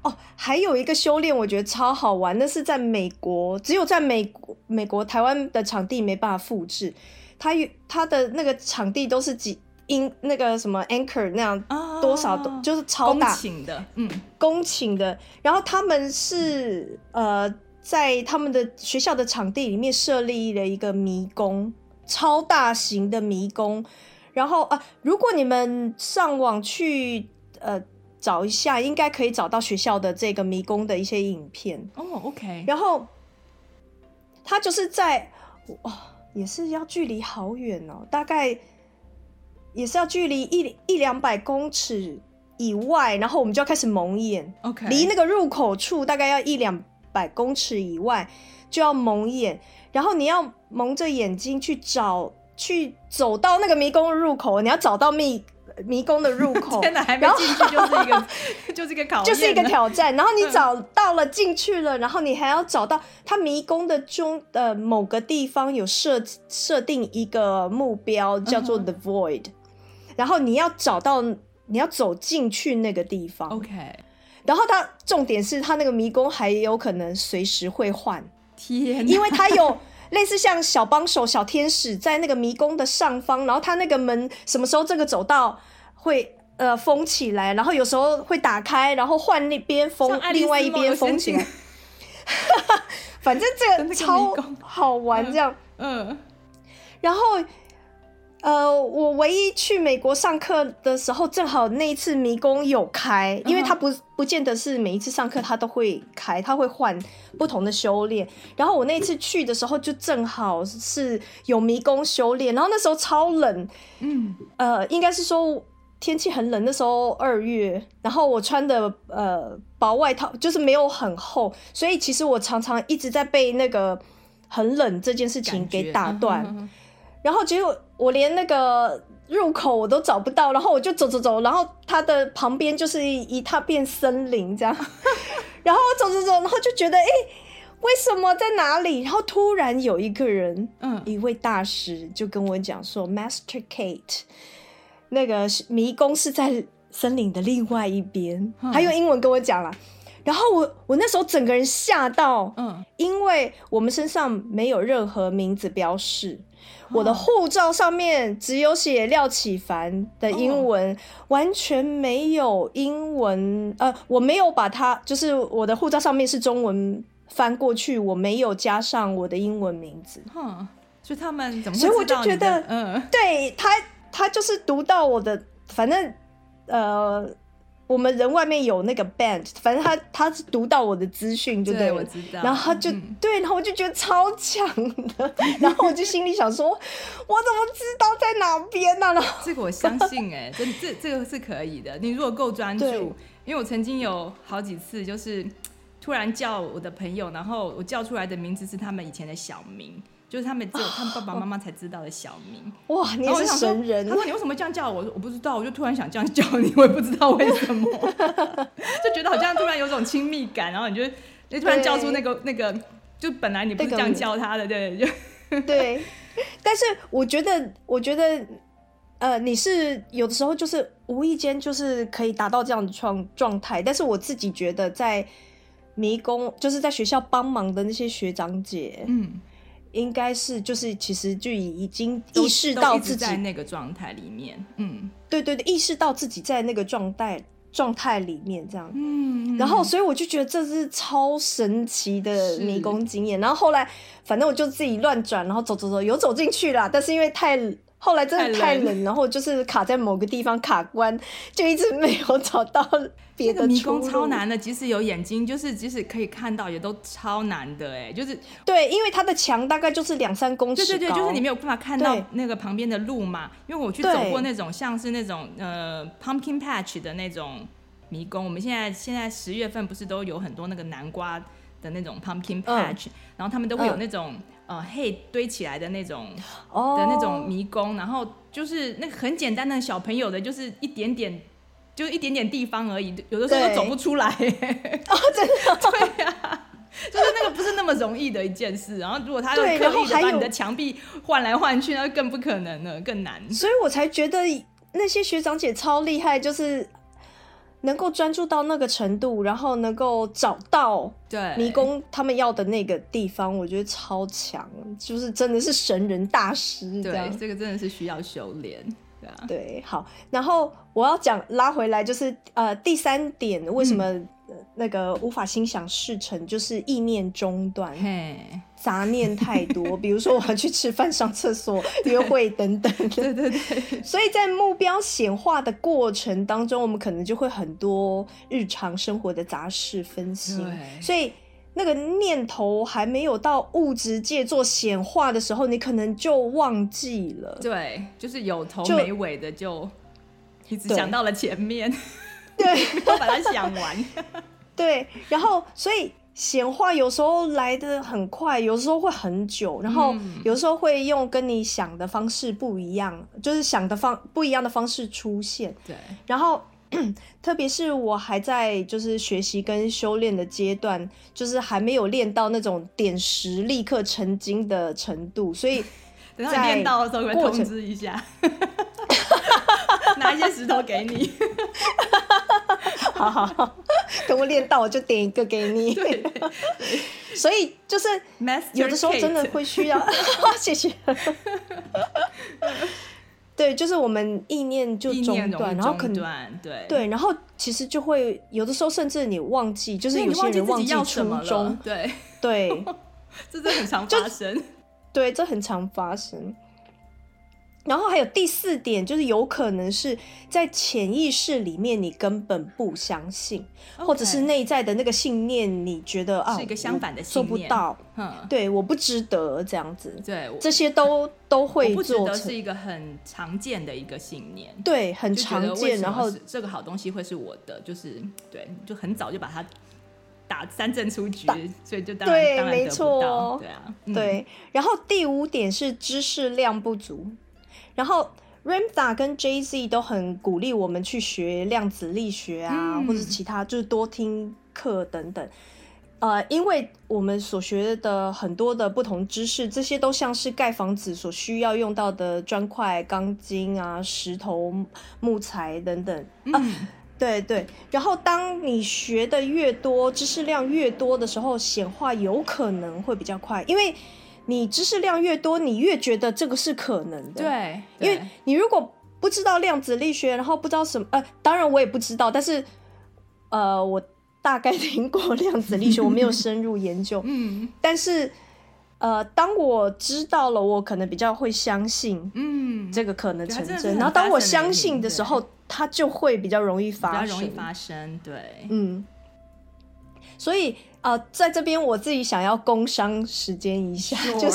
哦，还有一个修炼我觉得超好玩，那是在美国，只有在美国美国台湾的场地没办法复制，它它的那个场地都是几英那个什么 anchor 那样、哦、多少都就是超大公顷的，嗯， 公顷的，然后他们是呃在他们的学校的场地里面设立了一个迷宫，超大型的迷宫，然后啊，如果你们上网去呃。找一下应该可以找到学校的这个迷宫的一些影片哦、oh, OK， 然后它就是在哦，也是要距离好远哦，大概也是要距离一一两百公尺以外，然后我们就要开始蒙眼 OK， 离那个入口处大概要一两百公尺以外就要蒙眼，然后你要蒙着眼睛去找去走到那个迷宫的入口，你要找到密迷宫的入口， 天哪，还没进去就是一个就是一个考验， 就是一个挑战。然后你找到了进去了，然后你还要找到它迷宫的中呃某个地方有设设定一个目标叫做 The Void，、嗯、然后你要找到你要走进去那个地方。 OK， 然后它重点是它那个迷宫还有可能随时会换， 天哪， 因为它有。类似像小帮手、小天使在那个迷宫的上方，然后他那个门什么时候这个走道会呃封起来，然后有时候会打开，然后换那边封，另外一边封起来。反正这个超好玩，这样。嗯。嗯然后呃，我唯一去美国上课的时候，正好那一次迷宫有开，因为它不不见得是每一次上课它都会开，它会换不同的修炼。然后我那一次去的时候，就正好是有迷宫修炼，然后那时候超冷，嗯，呃，应该是说天气很冷，那时候二月，然后我穿的呃薄外套就是没有很厚，所以其实我常常一直在被那个很冷这件事情给打断。嗯然后结果我连那个入口我都找不到，然后我就走走走，然后它的旁边就是一大片森林这样，然后我走走走，然后就觉得哎，为什么在哪里？然后突然有一个人，嗯，一位大师就跟我讲说 ，Master Kate， 那个迷宫是在森林的另外一边，嗯、他用英文跟我讲了。然后我我那时候整个人嚇到，嗯，因为我们身上没有任何名字标示，哦、我的护照上面只有写廖启凡的英文，哦、完全没有英文，呃，我没有把它，就是我的护照上面是中文翻过去，我没有加上我的英文名字， 嗯，所以他们怎么会知道你的？ 所以我就觉得，嗯，对他，他就是读到我的，反正，呃。我们人外面有那个 band， 反正他他是读到我的资讯，就对了， 我知道。 然后他就、嗯、对，然后我就觉得超强的，然后我就心里想说，我怎么知道在哪边呢、啊？然后这个我相信哎、欸，这这这个是可以的。你如果够专注，因为我曾经有好几次就是突然叫我的朋友，然后我叫出来的名字是他们以前的小名。就是他们只有他们爸爸妈妈才知道的小名。 哇，你也是神人！ 他说你为什么这样叫我？我不知道，我就突然想这样叫你，我也不知道为什么，就觉得好像突然有种亲密感，然后你就你突然叫出那个那个，就本来你不是这样叫他的，对就对。但是我觉得，我觉得，呃，你是有的时候就是无意间就是可以达到这样的状状态，但是我自己觉得在迷宫，就是在学校帮忙的那些学长姐，嗯。应该是就是其实就已经意识到自己在那个状态里面，嗯， 对对对，意识到自己在那个状态状态里面这样，嗯，然后所以我就觉得这是超神奇的迷宫经验。然后后来反正我就自己乱转，然后走走走，有走进去啦，但是因为太后来真的太冷，太冷然后就是卡在某个地方卡关，就一直没有找到别的出路。 这个迷宫超难的，即使有眼睛，就是即使可以看到，也都超难的哎，就是对，因为它的墙大概就是两三公尺高， 对对对，就是你没有办法看到那个旁边的路嘛。因为我去走过那种像是那种呃 pumpkin patch 的那种迷宫，我们现在现在十月份不是都有很多那个南瓜的那种 pumpkin patch，、嗯、然后他们都会有那种。嗯呃，黑堆起来的那种、oh. 的那种迷宫，然后就是那个很简单的小朋友的，就是一点点，就是一点点地方而已，有的时候都走不出来。哦， oh, 真的？ 对呀、啊，就是那个不是那么容易的一件事。然后如果他刻意的把你的墙壁换来换去，那更不可能了，更难。 所以我才觉得那些学长姐超厉害，就是能够专注到那个程度，然后能够找到迷宫他们要的那个地方，我觉得超强，就是真的是神人大师这样。 对，这个真的是需要修炼。对啊， 对，好，然后我要讲拉回来，就是呃第三点，为什么、嗯那个无法心想事成，就是意念中断，杂念太多，比如说我要去吃饭、上厕所、约会等等。 对对对。 所以在目标显化的过程当中，我们可能就会很多日常生活的杂事分心，所以那个念头还没有到物质界做显化的时候，你可能就忘记了。 对，就是有头没尾的，就一直想到了前面。 对， 都把它想完。 对，然后所以显化有时候来得很快，有时候会很久，然后有时候会用跟你想的方式不一样，就是想的方不一样的方式出现。 对， 然后特别是我还在就是学习跟修炼的阶段，就是还没有练到那种点石立刻成金的程度，所以等到你练到的时候会通知一下。拿一些石头给你。 好好好，等我练到我就点一个给你。 对， 所以就是有的时候真的会需要谢谢。对，就是我们意念就中断，然后可能对对，然后其实就会有的时候甚至你忘记，就是有些人忘记初衷。 对对， 这真的很常发生。 对，这很常发生。然后还有第四点，就是有可能是在潜意识里面你根本不相信， okay. 或者是内在的那个信念你觉得啊是一个相反的信念，做不到、嗯、对，我不值得这样子。 对， 这些都都会做成。 我不值得是一个很常见的一个信念。 对，很常见。然后这个好东西会是我的，就是对，就很早就把它打三振出局，所以就当然对， 当然得不到。 没错， 对啊、 嗯，对。然后第五点是知识量不足。然后 Ramtha 跟 Jay Z 都很鼓励我们去学量子力学啊、嗯、或者其他，就是多听课等等。呃，因为我们所学的很多的不同知识，这些都像是盖房子所需要用到的砖块、钢筋啊、石头、木材等等、嗯、啊。对对，然后当你学的越多，知识量越多的时候，显化有可能会比较快，因为你知识量越多，你越觉得这个是可能的。 对, 对，因为你如果不知道量子力学，然后不知道什么呃，当然我也不知道，但是呃，我大概听过量子力学，我没有深入研究。嗯，但是呃，当我知道了，我可能比较会相信，嗯，这个可能成真。然后当我相信的时候，它就会比较容易发生， 比较容易发生。对， 嗯，所以。呃，在这边我自己想要工商时间一下， sure. 就是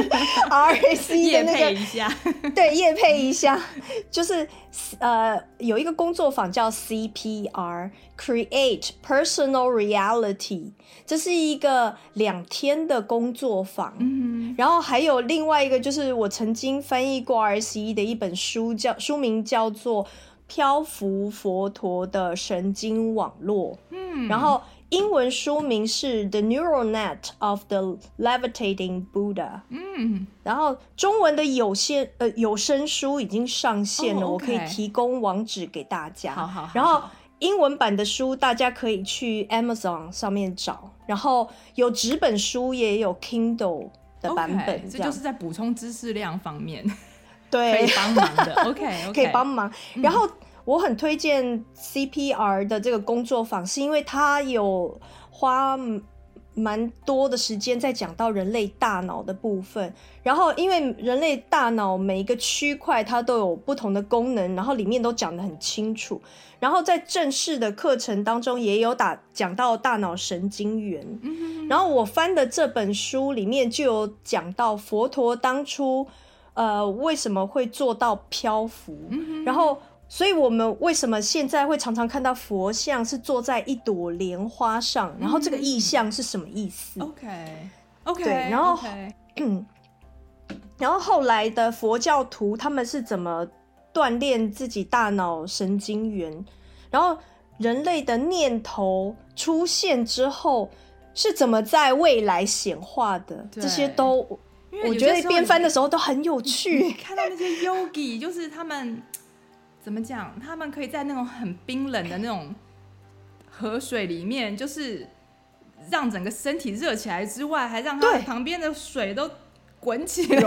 R A C 的那个业配一下， 对，业配一下，就是呃有一个工作坊叫 C P R Create Personal Reality， 这是一个两天的工作坊。嗯，然后还有另外一个就是我曾经翻译过 R A C 的一本书，叫书名叫做《漂浮佛陀的神经网络》。嗯，然后。英文书名是 The Neural Net of the Levitating Buddha。嗯，然后中文的有些呃有声书已经上线了， oh, okay. 我可以提供网址给大家。 好好好。 然后英文版的书大家可以去 Amazon 上面找，然后有纸本书也有 Kindle 的版本。 Okay, 这就是在补充知识量方面， 对， 可以帮忙的。OK，, okay. 可以帮忙。然后。嗯，我很推荐 C P R 的这个工作坊，是因为它有花蛮多的时间在讲到人类大脑的部分，然后因为人类大脑每一个区块它都有不同的功能，然后里面都讲得很清楚，然后在正式的课程当中也有打讲到大脑神经元。嗯，然后我翻的这本书里面就有讲到佛陀当初呃为什么会做到漂浮。嗯，然后所以我们为什么现在会常常看到佛像是坐在一朵莲花上，然后这个意象是什么意思？ OK OK， 对，然后 okay. 嗯，然后后来的佛教徒他们是怎么锻炼自己大脑神经元，然后人类的念头出现之后是怎么在未来显化的，这些都我觉得边翻的时候都很有趣。 看到那些 yogi 就是他们怎么讲，他们可以在那种很冰冷的那种河水里面，就是让整个身体热起来之外，还让它旁边的水都滚起来。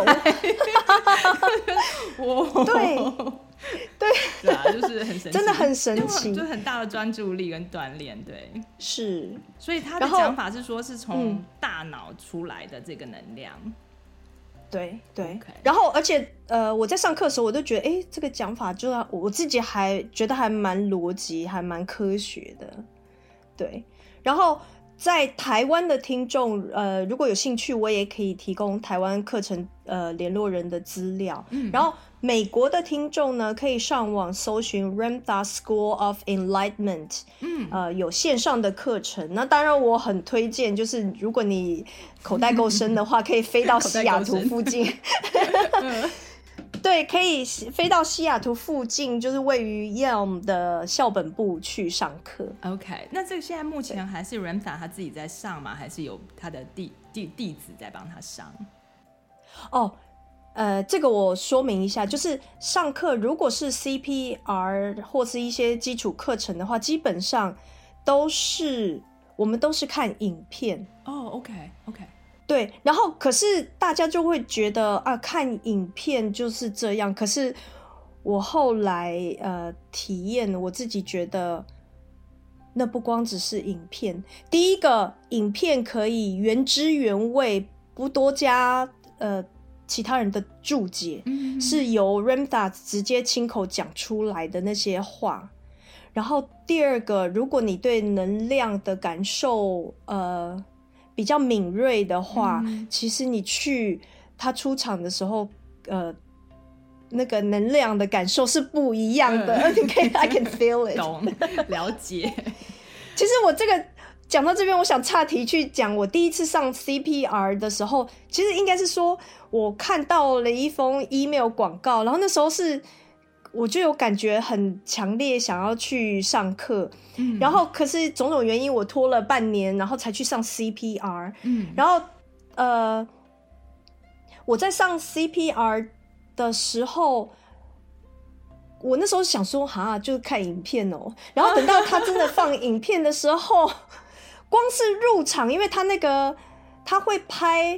哇， 对对对啊，就是很神奇， 真的很神奇， 就很大的专注力跟锻炼。对， 是。 所以他的讲法是说，是从大脑出来的这个能量。嗯、 对对。 Okay. 然后，而且呃，我在上课的时候，我就觉得，哎，这个讲法就我自己还觉得还蛮逻辑，还蛮科学的。对，然后。在台湾的听众，呃，如果有兴趣，我也可以提供台湾课程呃联络人的资料。嗯、然后美国的听众呢，可以上网搜寻 Ramtha School of Enlightenment，嗯，呃，有线上的课程。那当然，我很推荐，就是如果你口袋够深的话，可以飞到西雅图附近。对，可以飞到西雅图附近，就是位于 Yale 的校本部去上课。 OK， 那这个现在目前还是 Ramtha 他自己在上吗？还是有他的弟弟弟子在帮他上？ 哦，呃，这个我说明一下，就是上课如果是 C P R 或是一些基础课程的话，基本上都是我们都是看影片。 哦 ，OK OK。 对，然后可是大家就会觉得啊，看影片就是这样。可是我后来呃体验，我自己觉得那不光只是影片。第一个，影片可以原汁原味，不多加呃其他人的注解，嗯、是由 Ramtha 直接亲口讲出来的那些话。然后第二个，如果你对能量的感受呃。比较敏锐的话、嗯、其实你去他出场的时候呃，那个能量的感受是不一样的、嗯、你可以 I can feel it 懂了解。 其实我这个讲到这边，我想岔题去讲我第一次上 C P R 的时候，其实应该是说我看到了一封 email 广告，然后那时候是我就有感觉很强烈想要去上课、嗯、然后可是种种原因我拖了半年，然后才去上 C P R、嗯、然后呃，我在上 C P R 的时候，我那时候想说哈，就看影片哦，然后等到他真的放影片的时候光是入场，因为他那个他会拍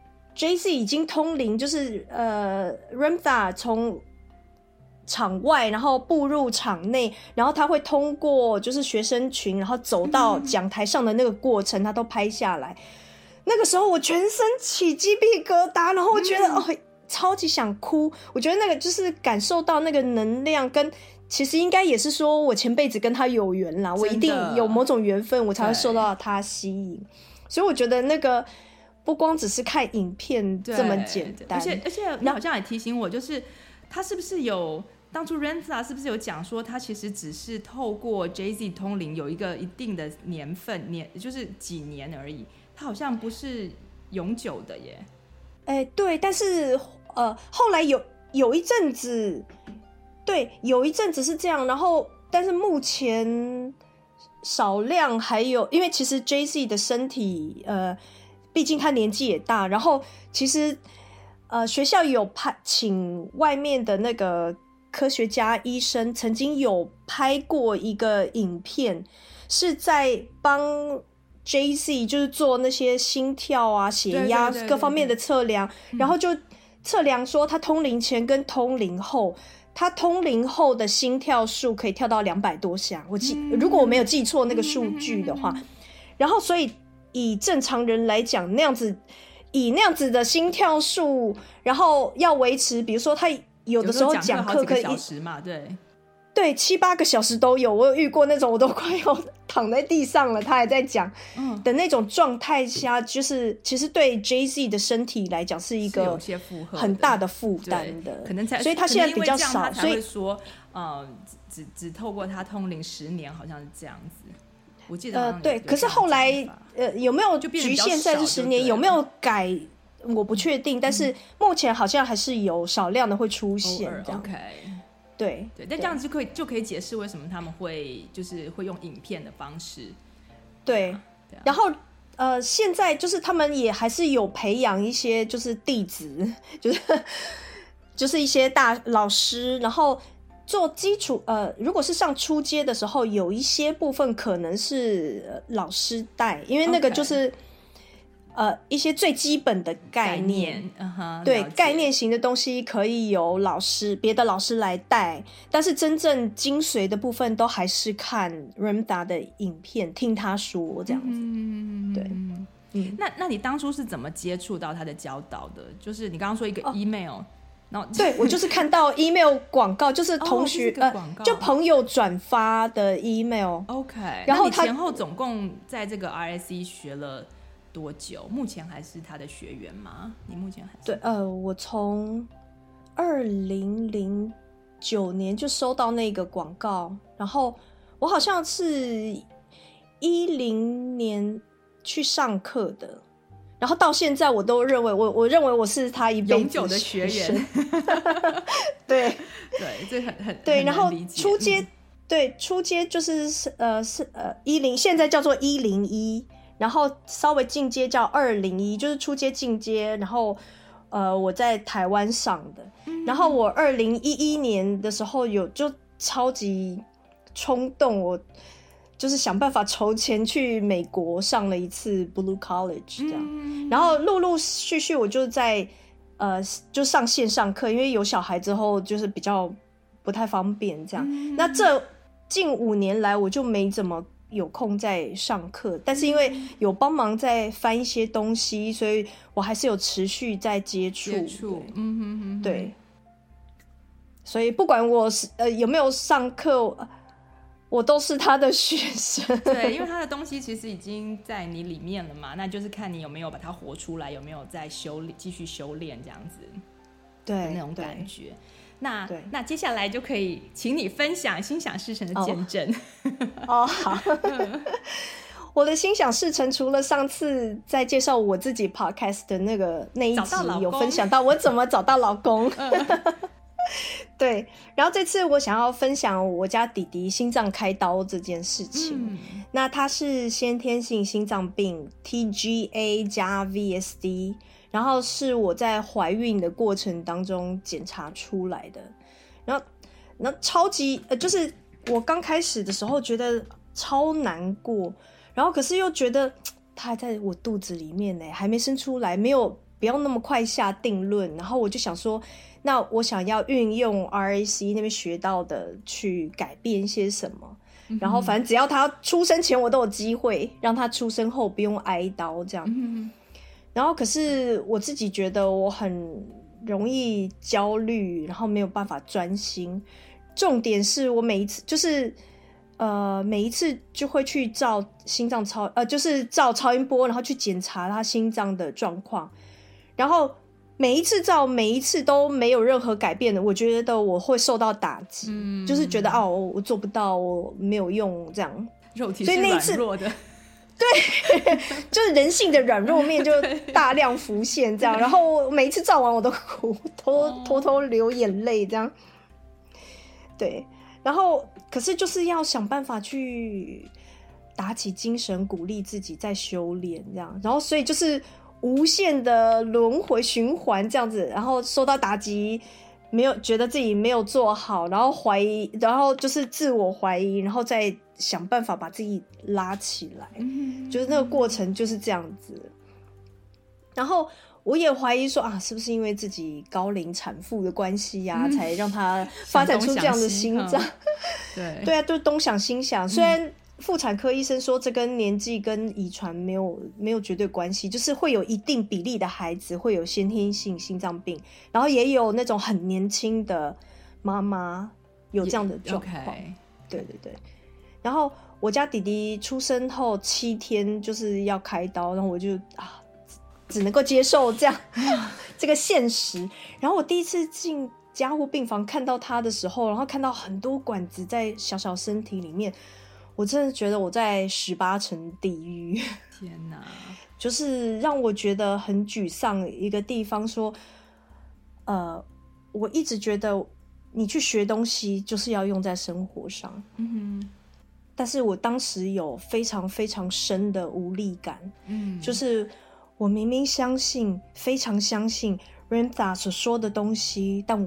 J C 已经通灵，就是呃 Ramtha 从场外然后步入场内，然后他会通过就是学生群，然后走到讲台上的那个过程他都拍下来。那个时候我全身起鸡皮疙瘩，然后我觉得、嗯、哦超级想哭。我觉得那个就是感受到那个能量，跟其实应该也是说我前辈子跟他有缘啦，我一定有某种缘分我才会受到他吸引。所以我觉得那个不光只是看影片这么简单， 而且而且你好像也提醒我，就是他是不是有当初 Ramtha 是不是有讲说他其实只是透过 J Z 通灵有一个一定的年份年，就是几年而已，他好像不是永久的耶。 哎，对，但是呃后来有有一阵子，对，有一阵子是这样，然后但是目前少量还有，因为其实 J Z 的身体呃毕竟他年纪也大，然后其实呃学校有拍请外面的那个科学家医生曾经有拍过一个影片，是在帮 J Z 就是做那些心跳啊血压各方面的测量，然后就测量说他通灵前跟通灵后，他通灵后的心跳数可以跳到两百多下，我记、嗯、如果我没有记错那个数据的话、嗯、然后所以以正常人来讲，那样子以那样子的心跳数，然后要维持，比如说他有的时候讲课可以小时嘛，对对，七八个小时都有。我有遇过那种我都快要躺在地上了，他还在讲的那种状态下，就是其实对 J Z 的身体来讲是一个很大的负担的， 可能才， 所以他现在比较少， 所以说呃，只只透过他通灵十年，好像是这样子。我记得呃，对，可是后来呃有没有局限在这十年，有没有改？我不确定，但是目前好像还是有少量的会出现这样。 OK， 对对，但这样子就可以就可以解释为什么他们会就是会用影片的方式。 对，对啊、然后呃，现在就是他们也还是有培养一些就是弟子，就是就是一些大老师，然后做基础，呃，如果是上初阶的时候，有一些部分可能是老师带，因为那个就是。Okay.呃，一些最基本的概念， 概念 uh-huh, 对概念型的东西可以由老师别的老师来带，但是真正精髓的部分都还是看 Ramtha 的影片，听他说这样子。嗯、对， 嗯，那那你当初是怎么接触到他的教导的？就是你刚刚说一个 email，、哦、然后对我就是看到 email 广告，就是同学、哦、呃，就朋友转发的 email。OK， 然后你前后总共在这个 R S E 学了多久？目前还是他的学员吗？你目前还是？ 对，呃，我从二零零九年就收到那个广告，然后我好像是一零年去上课的，然后到现在我都认为我我认为我是他一辈子永久的学员。 对对，这很很对，然后初阶、嗯、对初阶就是呃是呃一零，现在叫做一零一。然后稍微进阶叫二零一，就是初阶进阶，然后呃我在台湾上的，嗯、然后我二零一一年的时候有就超级冲动，我就是想办法筹钱去美国上了一次 Blue College 这样，嗯、然后陆陆续续我就在呃就上线上课，因为有小孩之后就是比较不太方便这样，嗯、那这近五年来我就没怎么有空在上课，但是因为有帮忙在翻一些东西，所以我还是有持续在接触。 接触，嗯哼哼， 对。所以不管我是呃有没有上课，我都是他的学生。 对，因为他的东西其实已经在你里面了嘛，那就是看你有没有把它活出来，有没有在修继续修炼这样子。 对， 那种感觉。那那接下来就可以请你分享心想事成的见证。 哦， oh. oh, 好。我的心想事成，除了上次在介绍我自己 podcast 的那个那一集有分享到我怎么找到老公，对，然后这次我想要分享我家弟弟心脏开刀这件事情。嗯、那他是先天性心脏病 T G A 加 V S D。然后是我在怀孕的过程当中检查出来的，然后，然后超级呃，就是我刚开始的时候觉得超难过，然后可是又觉得他还在我肚子里面呢，还没生出来，没有不要那么快下定论。然后我就想说，那我想要运用 R A C 那边学到的去改变一些什么，嗯、然后反正只要他出生前我都有机会，让他出生后不用挨刀这样。嗯然后可是我自己觉得我很容易焦虑，然后没有办法专心。重点是我每一次就是呃每一次就会去照心脏超呃就是照超音波，然后去检查他心脏的状况。然后每一次照每一次都没有任何改变的，我觉得我会受到打击，嗯、就是觉得哦我做不到，我没有用这样。 肉体是软弱的。 对，就是人性的软弱面就大量浮现这样，然后每一次照完我都哭，偷偷偷流眼泪这样。对，然后可是就是要想办法去打起精神，鼓励自己在修炼这样，然后所以就是无限的轮回循环这样子，然后受到打击，没有觉得自己没有做好，然后怀疑，然后就是自我怀疑，然后再想办法把自己拉起来，嗯、就是那个过程就是这样子。然后我也怀疑说啊，是不是因为自己高龄产妇的关系呀、啊嗯，才让他发展出这样的心脏？对对啊，就东想西想。虽然妇产科医生说这跟年纪跟遗传没有没有绝对关系，就是会有一定比例的孩子会有先天性心脏病，然后也有那种很年轻的妈妈有这样的状况。Okay. 对对对。然后我家弟弟出生后七天就是要开刀，然后我就啊只能够接受这样这个现实。然后我第一次进加护病房看到他的时候，然后看到很多管子在小小身体里面，我真的觉得我在十八层地狱。 天哪， 就是让我觉得很沮丧一个地方说，呃，我一直觉得你去学东西就是要用在生活上。嗯哼。但是我当时有非常非常深的无力感，嗯，就是我明明相信，非常相信 Ramtha 所说的东西，但我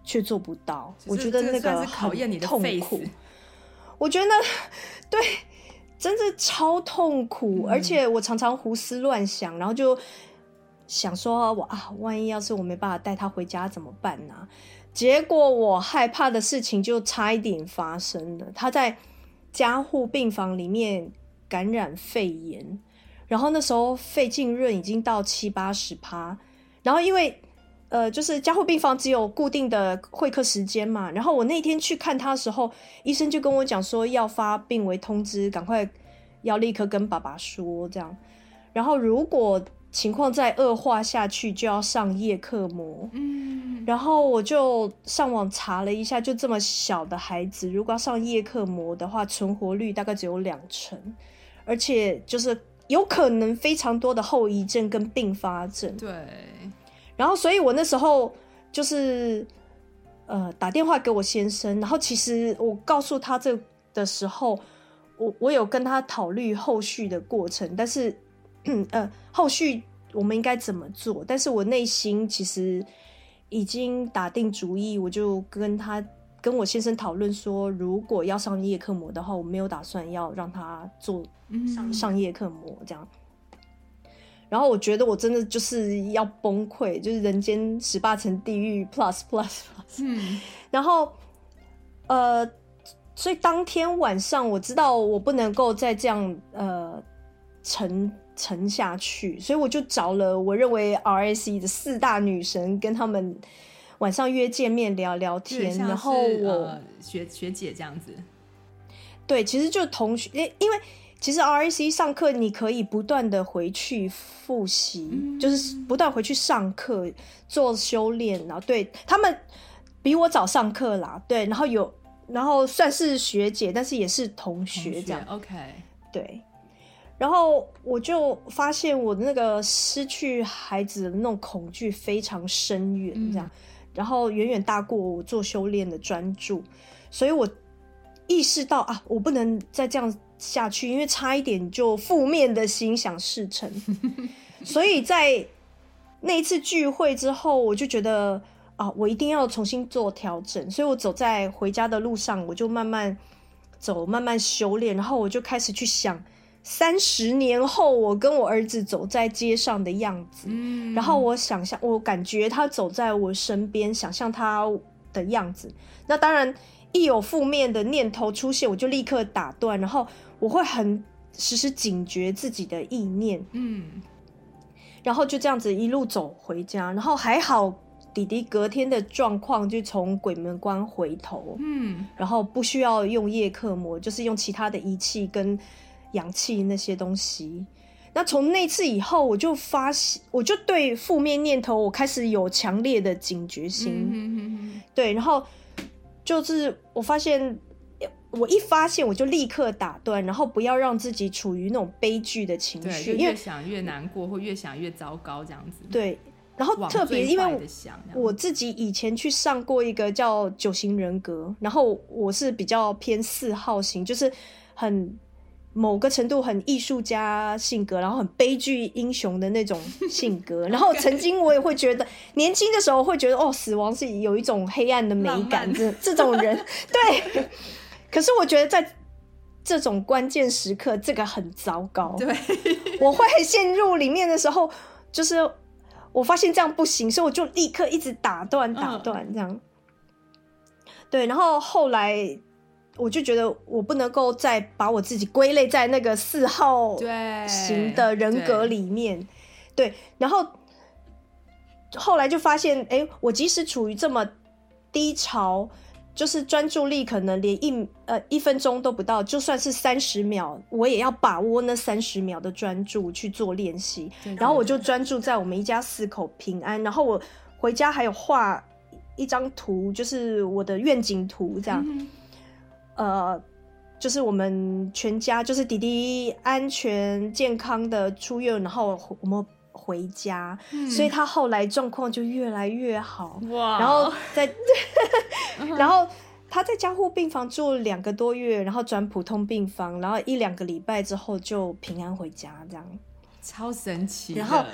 却做不到。我觉得那个很考验你的痛苦。我觉得对，真的超痛苦、嗯，而且我常常胡思乱想，然后就想说我啊，万一要是我没办法带他回家怎么办呢、啊？结果我害怕的事情就差一点发生了，他在加护病房里面感染肺炎，然后那时候肺浸润已经到七八十趴，然后因为呃，就是加护病房只有固定的会客时间嘛，然后我那天去看他的时候，医生就跟我讲说要发病危通知，赶快要立刻跟爸爸说这样，然后如果情况再恶化下去就要上叶克膜。嗯，然后我就上网查了一下，就这么小的孩子如果要上叶克膜的话，存活率大概只有两成，而且就是有可能非常多的后遗症跟并发症。 对， 然后所以我那时候就是呃打电话给我先生，然后其实我告诉他这的时候，我我有跟他讨论后续的过程，但是呃后续我们应该怎么做，但是我内心其实已经打定主意，我就跟他跟我先生讨论说，如果要上叶克膜的话，我没有打算要让他做上上叶克膜这样。然后我觉得我真的就是要崩溃，就是人间十八层地狱 plus plus plus。嗯，然后呃，所以当天晚上我知道我不能够再这样呃沉沉下去，所以我就找了我认为 R S E 的四大女神，跟他们晚上约见面聊聊天。然后我、 呃、学学姐这样子， 对，其实就同学，因为。其实 R S E 上课你可以不断的回去复习、嗯、就是不断回去上课做修炼，然后对他们比我早上课啦，对，然后有然后算是学姐，但是也是同学这样。 同学 OK， 对，然后我就发现我那个失去孩子的那种恐惧非常深远，这样、嗯，然后远远大过我做修炼的专注，所以我意识到啊，我不能再这样下去，因为差一点就负面的心想事成。所以在那一次聚会之后，我就觉得啊，我一定要重新做调整。所以我走在回家的路上，我就慢慢走，慢慢修炼，然后我就开始去想三十年后我跟我儿子走在街上的样子。嗯，然后我想象，我感觉他走在我身边，想象他的样子。那当然一有负面的念头出现，我就立刻打断，然后我会很时时警觉自己的意念。嗯，然后就这样子一路走回家，然后还好弟弟隔天的状况就从鬼门关回头。嗯，然后不需要用叶克膜，就是用其他的仪器跟氧气那些东西。那从那次以后，我就发现，我就对负面念头我开始有强烈的警觉心。嗯，对，然后就是我发现，我一发现我就立刻打断，然后不要让自己处于那种悲剧的情绪， 因为越想越难过，或越想越糟糕这样子。 对，然后特别因为我自己以前去上过一个叫九型人格，然后我是比较偏四号型，就是很某个程度很艺术家性格，然后很悲剧英雄的那种性格。然后曾经我也会觉得，年轻的时候会觉得哦，死亡是有一种黑暗的美感，这这种人对。可是我觉得在这种关键时刻，这个很糟糕。 对， 我会陷入里面的时候，就是我发现这样不行，所以我就立刻一直打断打断这样。嗯、对，然后后来我就觉得我不能够再把我自己归类在那个四号型的人格里面。对，对，然后后来就发现，哎，我即使处于这么低潮。就是专注力可能连一呃一分钟都不到，就算是三十秒，我也要把握那三十秒的专注去做练习。然后我就专注在我们一家四口平安。然后我回家还有画一张图，就是我的愿景图，这样。嗯、呃，就是我们全家，就是弟弟安全健康的出院，然后我们回家，嗯、所以他后来状况就越来越好。哇！然后在，然后他在加护病房住了两个多月，然后转普通病房，然后一两个礼拜之后就平安回家，这样超神奇的。 然后，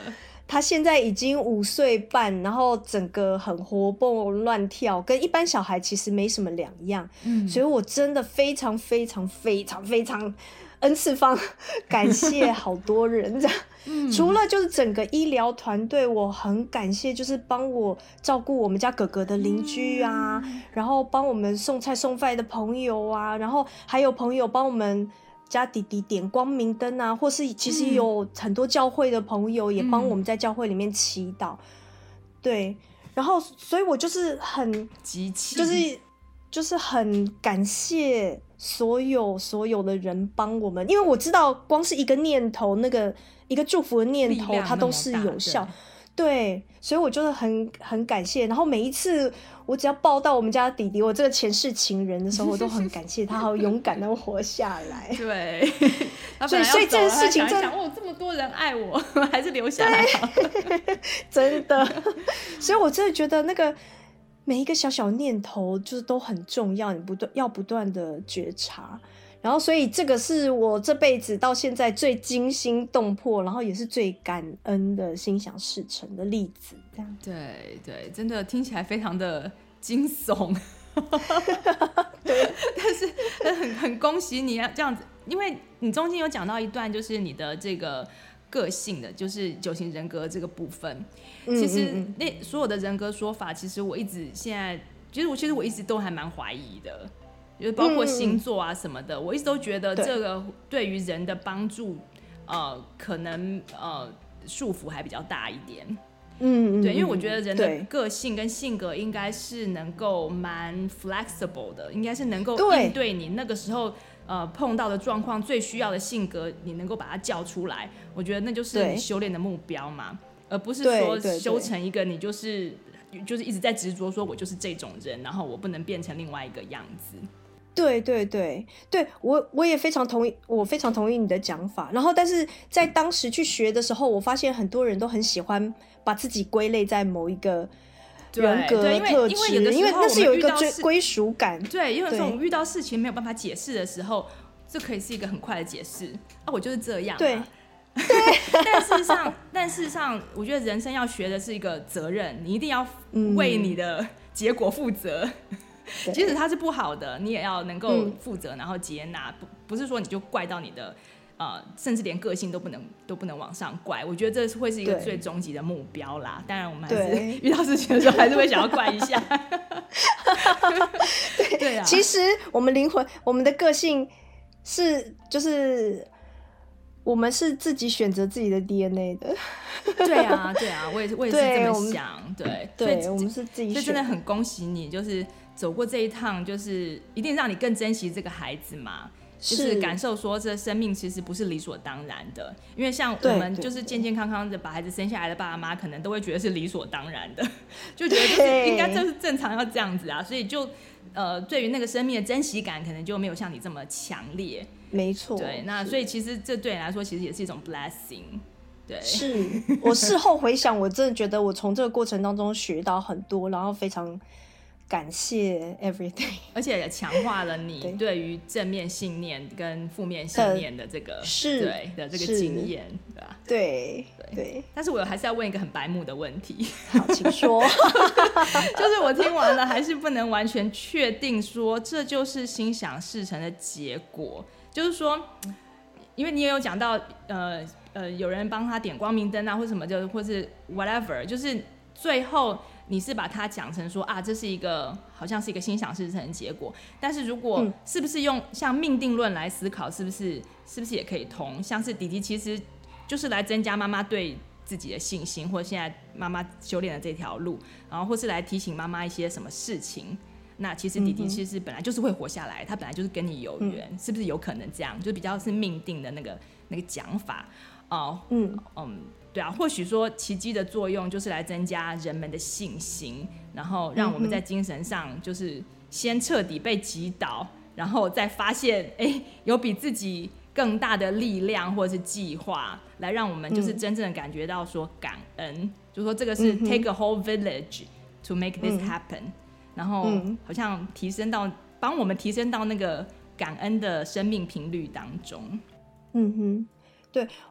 他现在已经五岁半，然后整个很活蹦乱跳，跟一般小孩其实没什么两样。嗯，所以我真的非常非常非常非常 N 次方感谢好多人这样。嗯，除了就是整个医疗团队，我很感谢就是帮我照顾我们家哥哥的邻居啊，嗯，然后帮我们送菜送饭的朋友啊，然后还有朋友帮我们家弟弟点光明灯啊，或是其实有很多教会的朋友也帮我们在教会里面祈祷。嗯，对，然后所以我就是很集气， 就是就是很感谢所有所有的人帮我们，因为我知道光是一个念头，那个一个祝福的念头它都是有效。对，所以我就是很很感谢，然后每一次我只要抱到我们家弟弟我这个前世情人的时候，我都很感谢他好勇敢的活下来。 对， 所以所以这件事情真的， 哦，这么多人爱我，还是留下来好。 真的，所以我真的觉得那个每一个小小念头就是都很重要，你不断要不断的觉察。然后所以这个是我这辈子到现在最惊心动魄，然后也是最感恩的心想事成的例子。这样， 对对，真的听起来非常的惊悚。 对， 但是很很恭喜你这样子，因为你中间有讲到一段，就是你的这个个性的，就是九型人格这个部分。嗯、其实那所有的人格说法，其实我一直现在，其实我其实我一直都还蛮怀疑的。就是包括星座啊什么的，嗯、我一直都觉得这个对于人的帮助，呃，可能呃束缚还比较大一点。嗯，对，因为我觉得人的个性跟性格应该是能够蛮 flexible 的，应该是能够应对你那个时候呃碰到的状况最需要的性格，你能够把它叫出来。我觉得那就是你修炼的目标嘛，而不是说修成一个你就是就是一直在执着说我就是这种人，然后我不能变成另外一个样子。 对对对对，我我也非常同意，我非常同意你的讲法。然后，但是在当时去学的时候，我发现很多人都很喜欢把自己归类在某一个人格特质，因为那是有一个归属感。 对，因为有时候我们遇到事情没有办法解释的时候，这可以是一个很快的解释啊，我就是这样、啊。 对。 对，但事实上，但事实上，我觉得人生要学的是一个责任，你一定要为你的结果负责。嗯即使它是不好的，你也要能够负责，然后接纳，不不是说你就怪到你的，呃，甚至连个性都不能都不能往上怪。我觉得这会是一个最终极的目标啦。当然，我们还是遇到事情的时候，还是会想要怪一下。 对, 对啊，其实我们灵魂，我们的个性是就是我们是自己选择自己的 D N A 的。 对啊，对啊，我也是，我也是这么想。对， 对，所以我们是自己选的， 所以真的很恭喜你，就是走过这一趟，就是一定让你更珍惜这个孩子嘛，就是感受说这生命其实不是理所当然的，因为像我们就是健健康康的把孩子生下来的爸爸妈妈，可能都会觉得是理所当然的，就觉得就是应该这是正常要这样子啊，所以就呃对于那个生命的珍惜感，可能就没有像你这么强烈。 没错， 对，那所以其实这对你来说，其实也是一种 blessing。对， 是我事后回想，我真的觉得我从这个过程当中学到很多，然后非常感谢 everything， 而且也强化了你对于正面信念跟负面信念的这个是对的这个经验，对吧？ 对对, 对。但是我还是要问一个很白目的问题， 好，请说。 就是我听完了，还是不能完全确定说这就是心想事成的结果，就是说，因为你也有讲到，呃。呃，有人帮他点光明灯啊，或什么就，或是 whatever， 就是最后你是把它讲成说啊，这是一个好像是一个心想事成的结果。但是如果、嗯、是不是用像命定论来思考，是不是是不是也可以通？像是弟弟其实就是来增加妈妈对自己的信心，或者现在妈妈修炼的这条路，然后或是来提醒妈妈一些什么事情。那其实弟弟其实本来就是会活下来，他本来就是跟你有缘、嗯，是不是有可能这样？就比较是命定的那个那个讲法。哦，嗯嗯，对啊，或许说奇迹的作用就是来增加人们的信心，然后让我们在精神上就是先彻底被击倒，然后再发现，哎，有比自己更大的力量或者是计划，来让我们就是真正的感觉到说感恩，嗯、就是说这个是 take a whole village to make this happen，、嗯、然后好像提升到帮我们提升到那个感恩的生命频率当中。 嗯哼，对。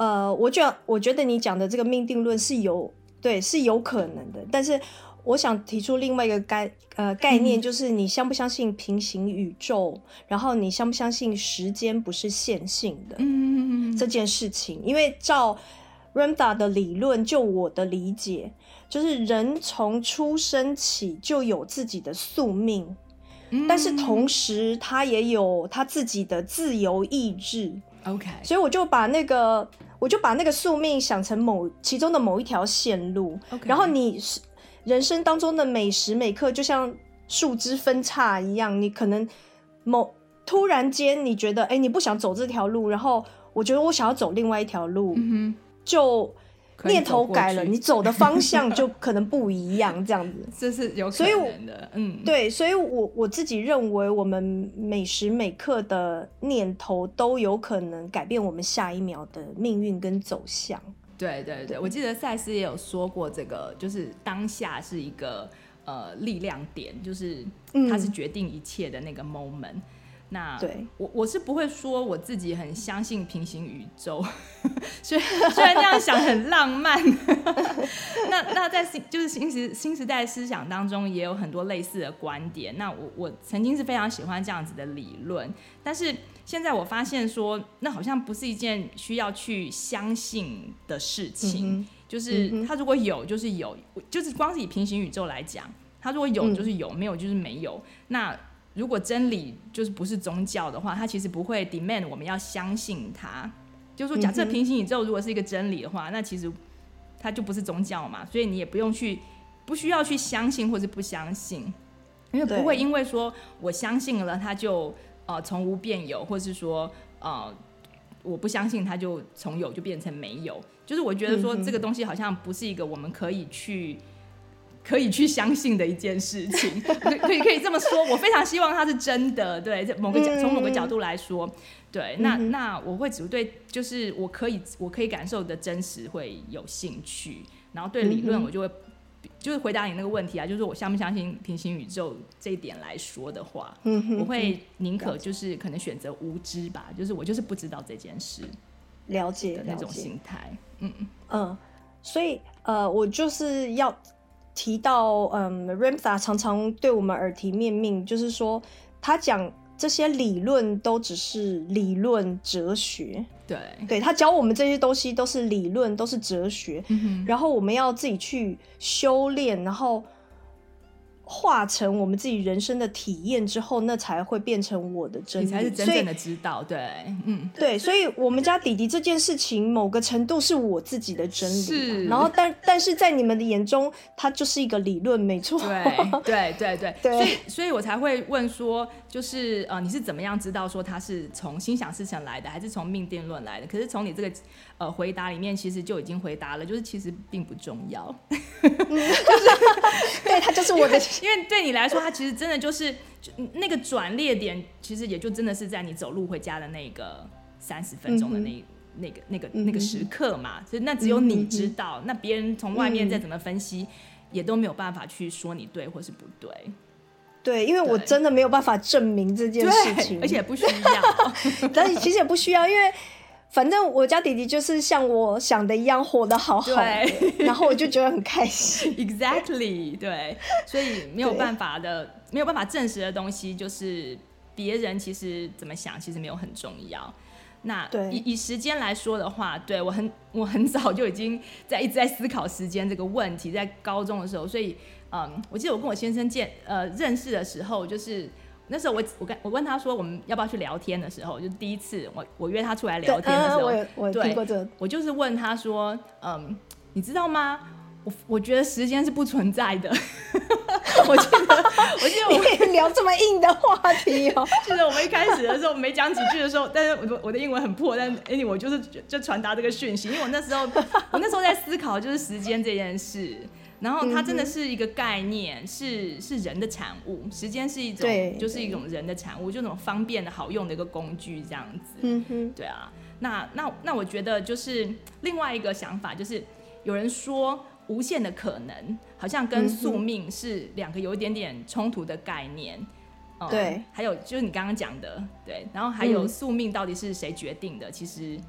呃，我觉得我觉得你讲的这个命定论是有对是有可能的，但是我想提出另外一个概呃概念，就是你相不相信平行宇宙，嗯、然后你相不相信时间不是线性的、嗯、这件事情？因为照 Ramtha 的理论，就我的理解，就是人从出生起就有自己的宿命，嗯、但是同时他也有他自己的自由意志。 OK， 所以我就把那个我就把那个宿命想成某其中的某一条线路， okay. 然后你人生当中的每时每刻就像树枝分叉一样，你可能某突然间你觉得哎，你不想走这条路，然后我觉得我想要走另外一条路，嗯、就念头改了，你走的方向就可能不一样，这样子， 这是有可能的。嗯， 对，所以我我自己认为，我们每时每刻的念头都有可能改变我们下一秒的命运跟走向。 对对 对, 对，我记得赛斯也有说过，这个就是当下是一个呃力量点，就是它是决定一切的那个 moment。嗯，那对我我是不会说我自己很相信平行宇宙，虽虽然那样想很浪漫。那那在就是新时新时代思想当中也有很多类似的观点。那我我曾经是非常喜欢这样子的理论，但是现在我发现说，那好像不是一件需要去相信的事情。嗯、就是它如果有就是有，就是光是以平行宇宙来讲，它如果有就是有，嗯、没有就是没有。那如果真理就是不是宗教的话，它其实不会 demand 我们要相信它。就是说，假设平行宇宙如果是一个真理的话，那其实它就不是宗教嘛，所以你也不用去，不需要去相信或是不相信，因为不会因为说我相信了它就呃从无变有，或是说呃我不相信它就从有就变成没有。就是我觉得说这个东西好像不是一个我们可以去。可以去相信的一件事情，可以可以这么说，我非常希望它是真的，对，某个从某个角度来说，对，那那我会只对就是我可以我可以感受的真实会有兴趣，然后对理论我就会就是回答你那个问题啊，就是我相不相信平行宇宙这一点来说的话，我会宁可就是可能选择无知吧，就是我就是不知道这件事， 了解的那种心态， 嗯嗯，所以呃，我就是要。提到嗯 Ramtha 常常对我们耳提面命，就是说他讲这些理论都只是理论哲学， 对对，他教我们这些东西都是理论，都是哲学，嗯、然后我们要自己去修炼，然后化成我们自己人生的体验之后，那才会变成我的真理， 你才是真正的知道。对，嗯， 对，所以我们家弟弟这件事情，某个程度是我自己的真理， 是， 然后但但是在你们的眼中，它就是一个理论，没错。 对，对，对，对， 对， 所以，所以我才会问说，就是呃，你是怎么样知道说他是从心想事成来的，还是从命定论来的？可是从你这个呃回答里面，其实就已经回答了，就是其实并不重要，嗯、 就是对，他就是我的。 因为对你来说，它其实真的就是就那个转捩点，其实也就真的是在你走路回家的那个三十分钟的那、嗯、那个那个那个时刻嘛。所以那只有你知道，嗯、那别人从外面再怎么分析，嗯、也都没有办法去说你对或是不对。 对，因为我真的没有办法证明这件事情， 而且不需要， 但是其实也不需要，因为。反正我家弟弟就是像我想的一样活得好好的，然后我就觉得很开心。 Exactly， 对，所以没有办法的，没有办法证实的东西，就是别人其实怎么想，其实没有很重要。那 以, 以时间来说的话，对我很我很早就已经在一直在思考时间这个问题，在高中的时候，所以嗯，我记得我跟我先生见呃认识的时候，就是。那时候我我跟我问他说我们要不要去聊天的时候，就第一次我我约他出来聊天的时候， 嗯、我我听过这个， 我就是问他说，嗯，你知道吗？我我觉得时间是不存在的。我记得我记得我们聊这么硬的话题哦。 记得我们一开始的时候没讲几句的时候，但是我我的英文很破，但 anyway 我就是就传达这个讯息，因为我那时候我那时候在思考就是时间这件事。然后它真的是一个概念，嗯、是是人的产物，时间是一种，就是一种人的产物，就那种方便的好用的一个工具这样子。嗯哼，对啊。那那那我觉得就是另外一个想法，就是有人说无限的可能，好像跟宿命是两个有一点点冲突的概念。嗯、对。还有就是你刚刚讲的，对，然后还有宿命到底是谁决定的，其实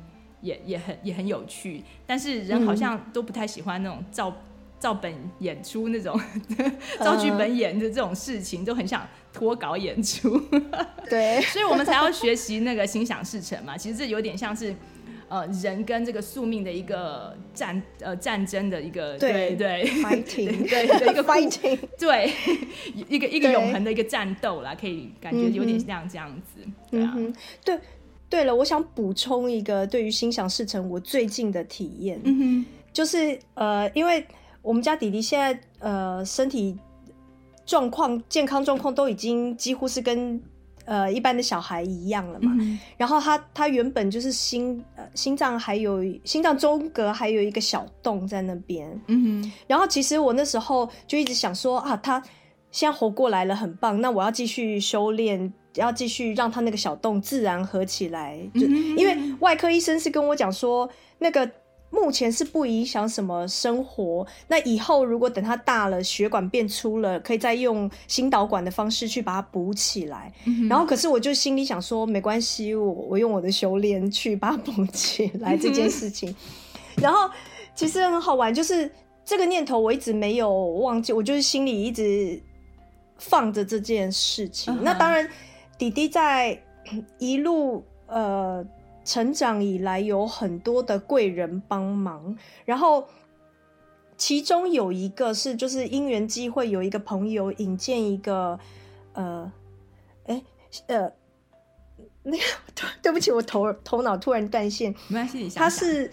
也也很也很有趣，但是人好像都不太喜欢那种照照本演出那种照剧本演的这种事情，都很想脱稿演出。 对， 所以我们才要学习那个心想事成嘛。其实这有点像是呃人跟这个宿命的一个战呃战争的一个对对 fighting 对的一个 fighting 对一个一个永恒的一个战斗啦，可以感觉有点像这样子。对啊， 嗯、对对了，我想补充一个对于心想事成我最近的体验，嗯哼，就是呃因为我们家弟弟现在呃身体状况健康状况都已经几乎是跟呃一般的小孩一样了嘛，嗯、然后他他原本就是心呃心脏还有心脏中隔还有一个小洞在那边，嗯哼，然后其实我那时候就一直想说啊，他现在活过来了很棒，那我要继续修炼，要继续让他那个小洞自然合起来，就、嗯、因为外科医生是跟我讲说那个目前是不影响什么生活，那以后如果等他大了血管变粗了，可以再用心导管的方式去把它补起来、嗯、然后可是我就心里想说没关系，我我用我的修炼去把它补起来这件事情、嗯、然后其实很好玩，就是这个念头我一直没有忘记，我就是心里一直放着这件事情、uh-huh. 那当然弟弟在一路呃成长以来有很多的贵人帮忙，然后其中有一个是就是因缘机会，有一个朋友引荐一个呃哎呃那个对不起我头头脑突然断线， 没关系你想想， 他是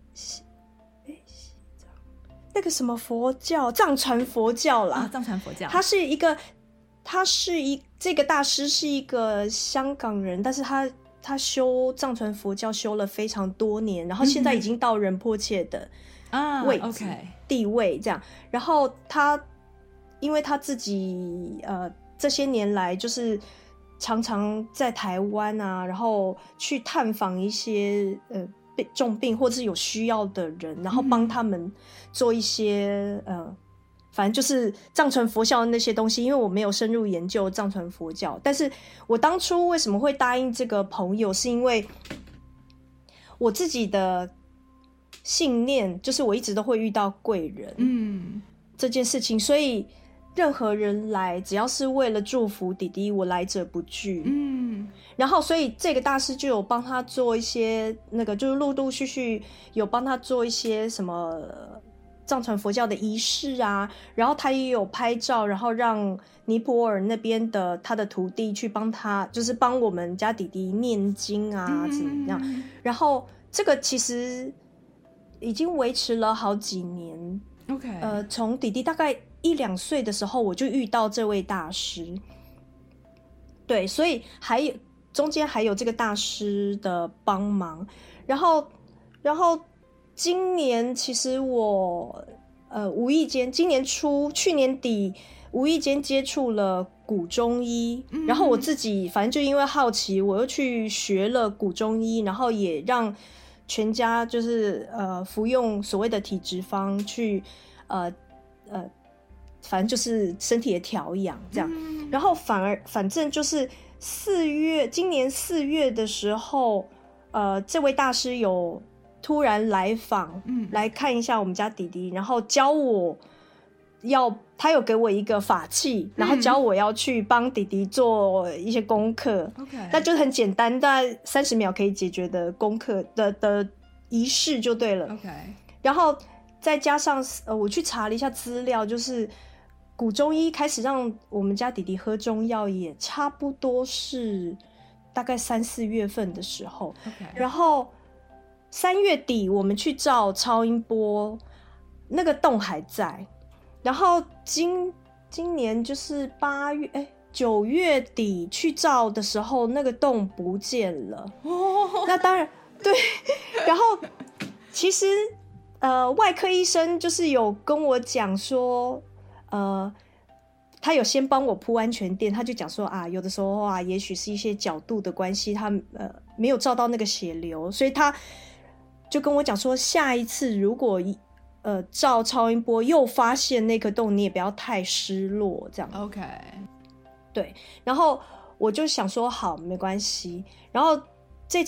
那个什么佛教藏传佛教啦、 啊、藏传佛教， 他是一个他是一这个大师是一个香港人，但是他他修藏传佛教修了非常多年，然后现在已经到仁波切的位置、 啊 okay. 地位这样，然后他因为他自己呃这些年来就是常常在台湾啊，然后去探访一些呃重病或者是有需要的人，然后帮他们做一些、嗯、呃反正就是藏传佛教的那些东西，因为我没有深入研究藏传佛教，但是我当初为什么会答应这个朋友，是因为我自己的信念就是我一直都会遇到贵人，嗯，这件事情，所以任何人来只要是为了祝福弟弟，我来者不拒，嗯，然后所以这个大师就有帮他做一些那个，就是陆陆续续有帮他做一些什么藏传佛教的仪式啊，然后他也有拍照，然后让尼泊尔那边的他的徒弟去帮他，就是帮我们家弟弟念经啊怎么样、嗯、然后这个其实已经维持了好几年 OK 呃，从弟弟大概一两岁的时候我就遇到这位大师，对，所以还有中间还有这个大师的帮忙，然后然后今年其实我呃无意间，今年初去年底无意间接触了古中医、嗯、然后我自己反正就因为好奇，我又去学了古中医，然后也让全家就是呃服用所谓的体质方去呃呃反正就是身体的调养这样、嗯、然后反而反正就是四月今年四月的时候呃这位大师有突然来访、嗯、来看一下我们家弟弟，然后教我要他有给我一个法器，然后教我要去帮弟弟做一些功课、嗯、那就很简单，大概三十秒可以解决的功课的的仪式就对了、okay. 然后再加上、呃、我去查了一下资料，就是古中医开始让我们家弟弟喝中药也差不多是大概三四月份的时候、okay. 然后三月底我们去照超音波，那个洞还在，然后今今年就是八月哎九月底去照的时候，那个洞不见了、哦、那当然对，然后其实呃外科医生就是有跟我讲说呃他有先帮我铺安全垫，他就讲说啊有的时候啊也许是一些角度的关系，他呃没有照到那个血流，所以他就跟我讲说下一次如果呃照超音波又发现那颗洞，你也不要太失落这样 OK 对，然后我就想说好没关系，然后这次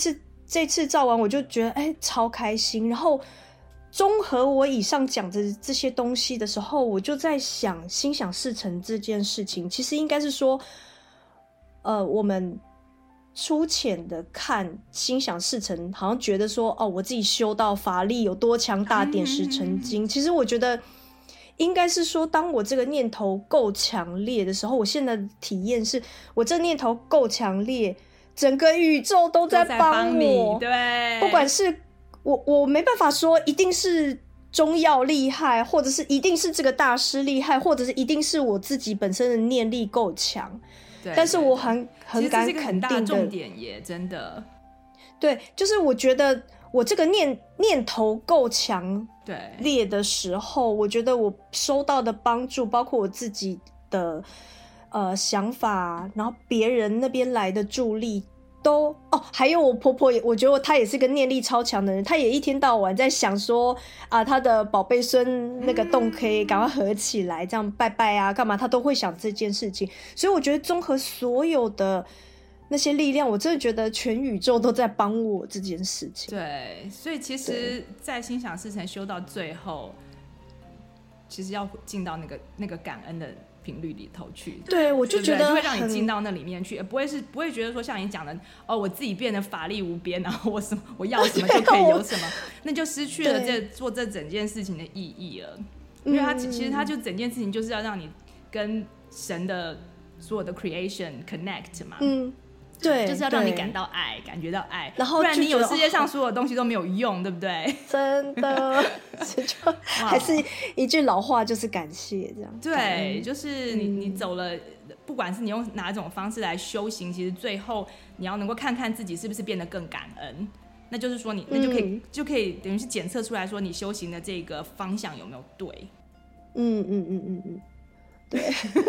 这次照完我就觉得哎、欸、超开心，然后综合我以上讲的这些东西的时候，我就在想心想事成这件事情，其实应该是说呃我们粗浅的看心想事成，好像觉得说哦我自己修到法力有多强大，点石成金，其实我觉得应该是说当我这个念头够强烈的时候，我现在的体验是我这念头够强烈，整个宇宙都在帮我， 对， 不管是我我没办法说一定是中药厉害，或者是一定是这个大师厉害，或者是一定是我自己本身的念力够强，但是我很很敢肯定的，其实这是一个很大的重点耶，真的。 对，就是我觉得我这个念念头够强烈的时候，我觉得我收到的帮助，包括我自己的呃想法，然后别人那边来的助力。都哦，还有我婆婆也，我觉得她也是个念力超强的人，她也一天到晚在想说啊，她的宝贝孙那个洞可以赶快合起来，这样拜拜啊，干嘛，她都会想这件事情。所以我觉得综合所有的那些力量，我真的觉得全宇宙都在帮我这件事情。 对，所以其实，在心想事成修到最后，其实要进到那个那个感恩的频率里头去， 对，我就觉得就会让你进到那里面去，不会是不会觉得说像你讲的哦，我自己变得法力无边，然后我什么我要什么就可以有什么，那就失去了这做这整件事情的意义了。因为它其实它就整件事情就是要让你跟神的所有的 creation connect 嘛， 嗯，对， 就是要让你感到爱，感觉到爱， 然后不然你有世界上所有东西都没有用，对不对？ 真的，就还是一句老话，就是感谢这样。 对，就是你、嗯、你走了，不管是你用哪种方式来修行，其实最后你要能够看看自己是不是变得更感恩。那就是说你，那就可以、嗯、就可以等于是检测出来说你修行的这个方向有没有对。 嗯嗯嗯嗯嗯。对，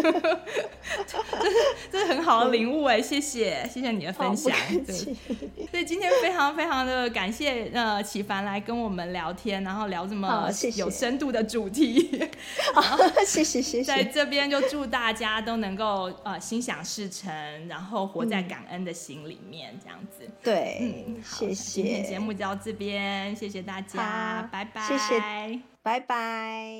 这是很好的领悟哎，谢谢谢谢你的分享。对，所以今天非常非常的感谢呃启凡来跟我们聊天，然后聊这么有深度的主题。 好，谢谢谢谢。 在这边就祝大家都能够呃心想事成，然后活在感恩的心里面，这样子。 对， 嗯， 谢谢。 今天节目就到这边，谢谢大家，拜拜。 谢谢，拜拜。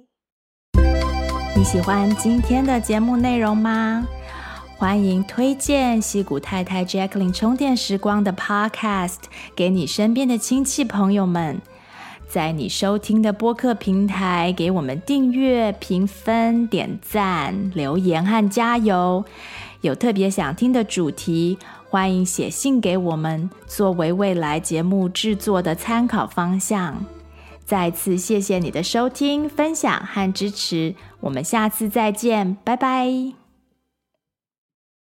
你喜欢今天的节目内容吗？欢迎推荐矽谷太太 Jacqueline 充电时光的 Podcast 给你身边的亲戚朋友们，在你收听的播客平台给我们订阅、评分、点赞、留言和加油。有特别想听的主题，欢迎写信给我们，作为未来节目制作的参考方向。再次谢谢你的收听、分享和支持，我们下次再见，拜拜。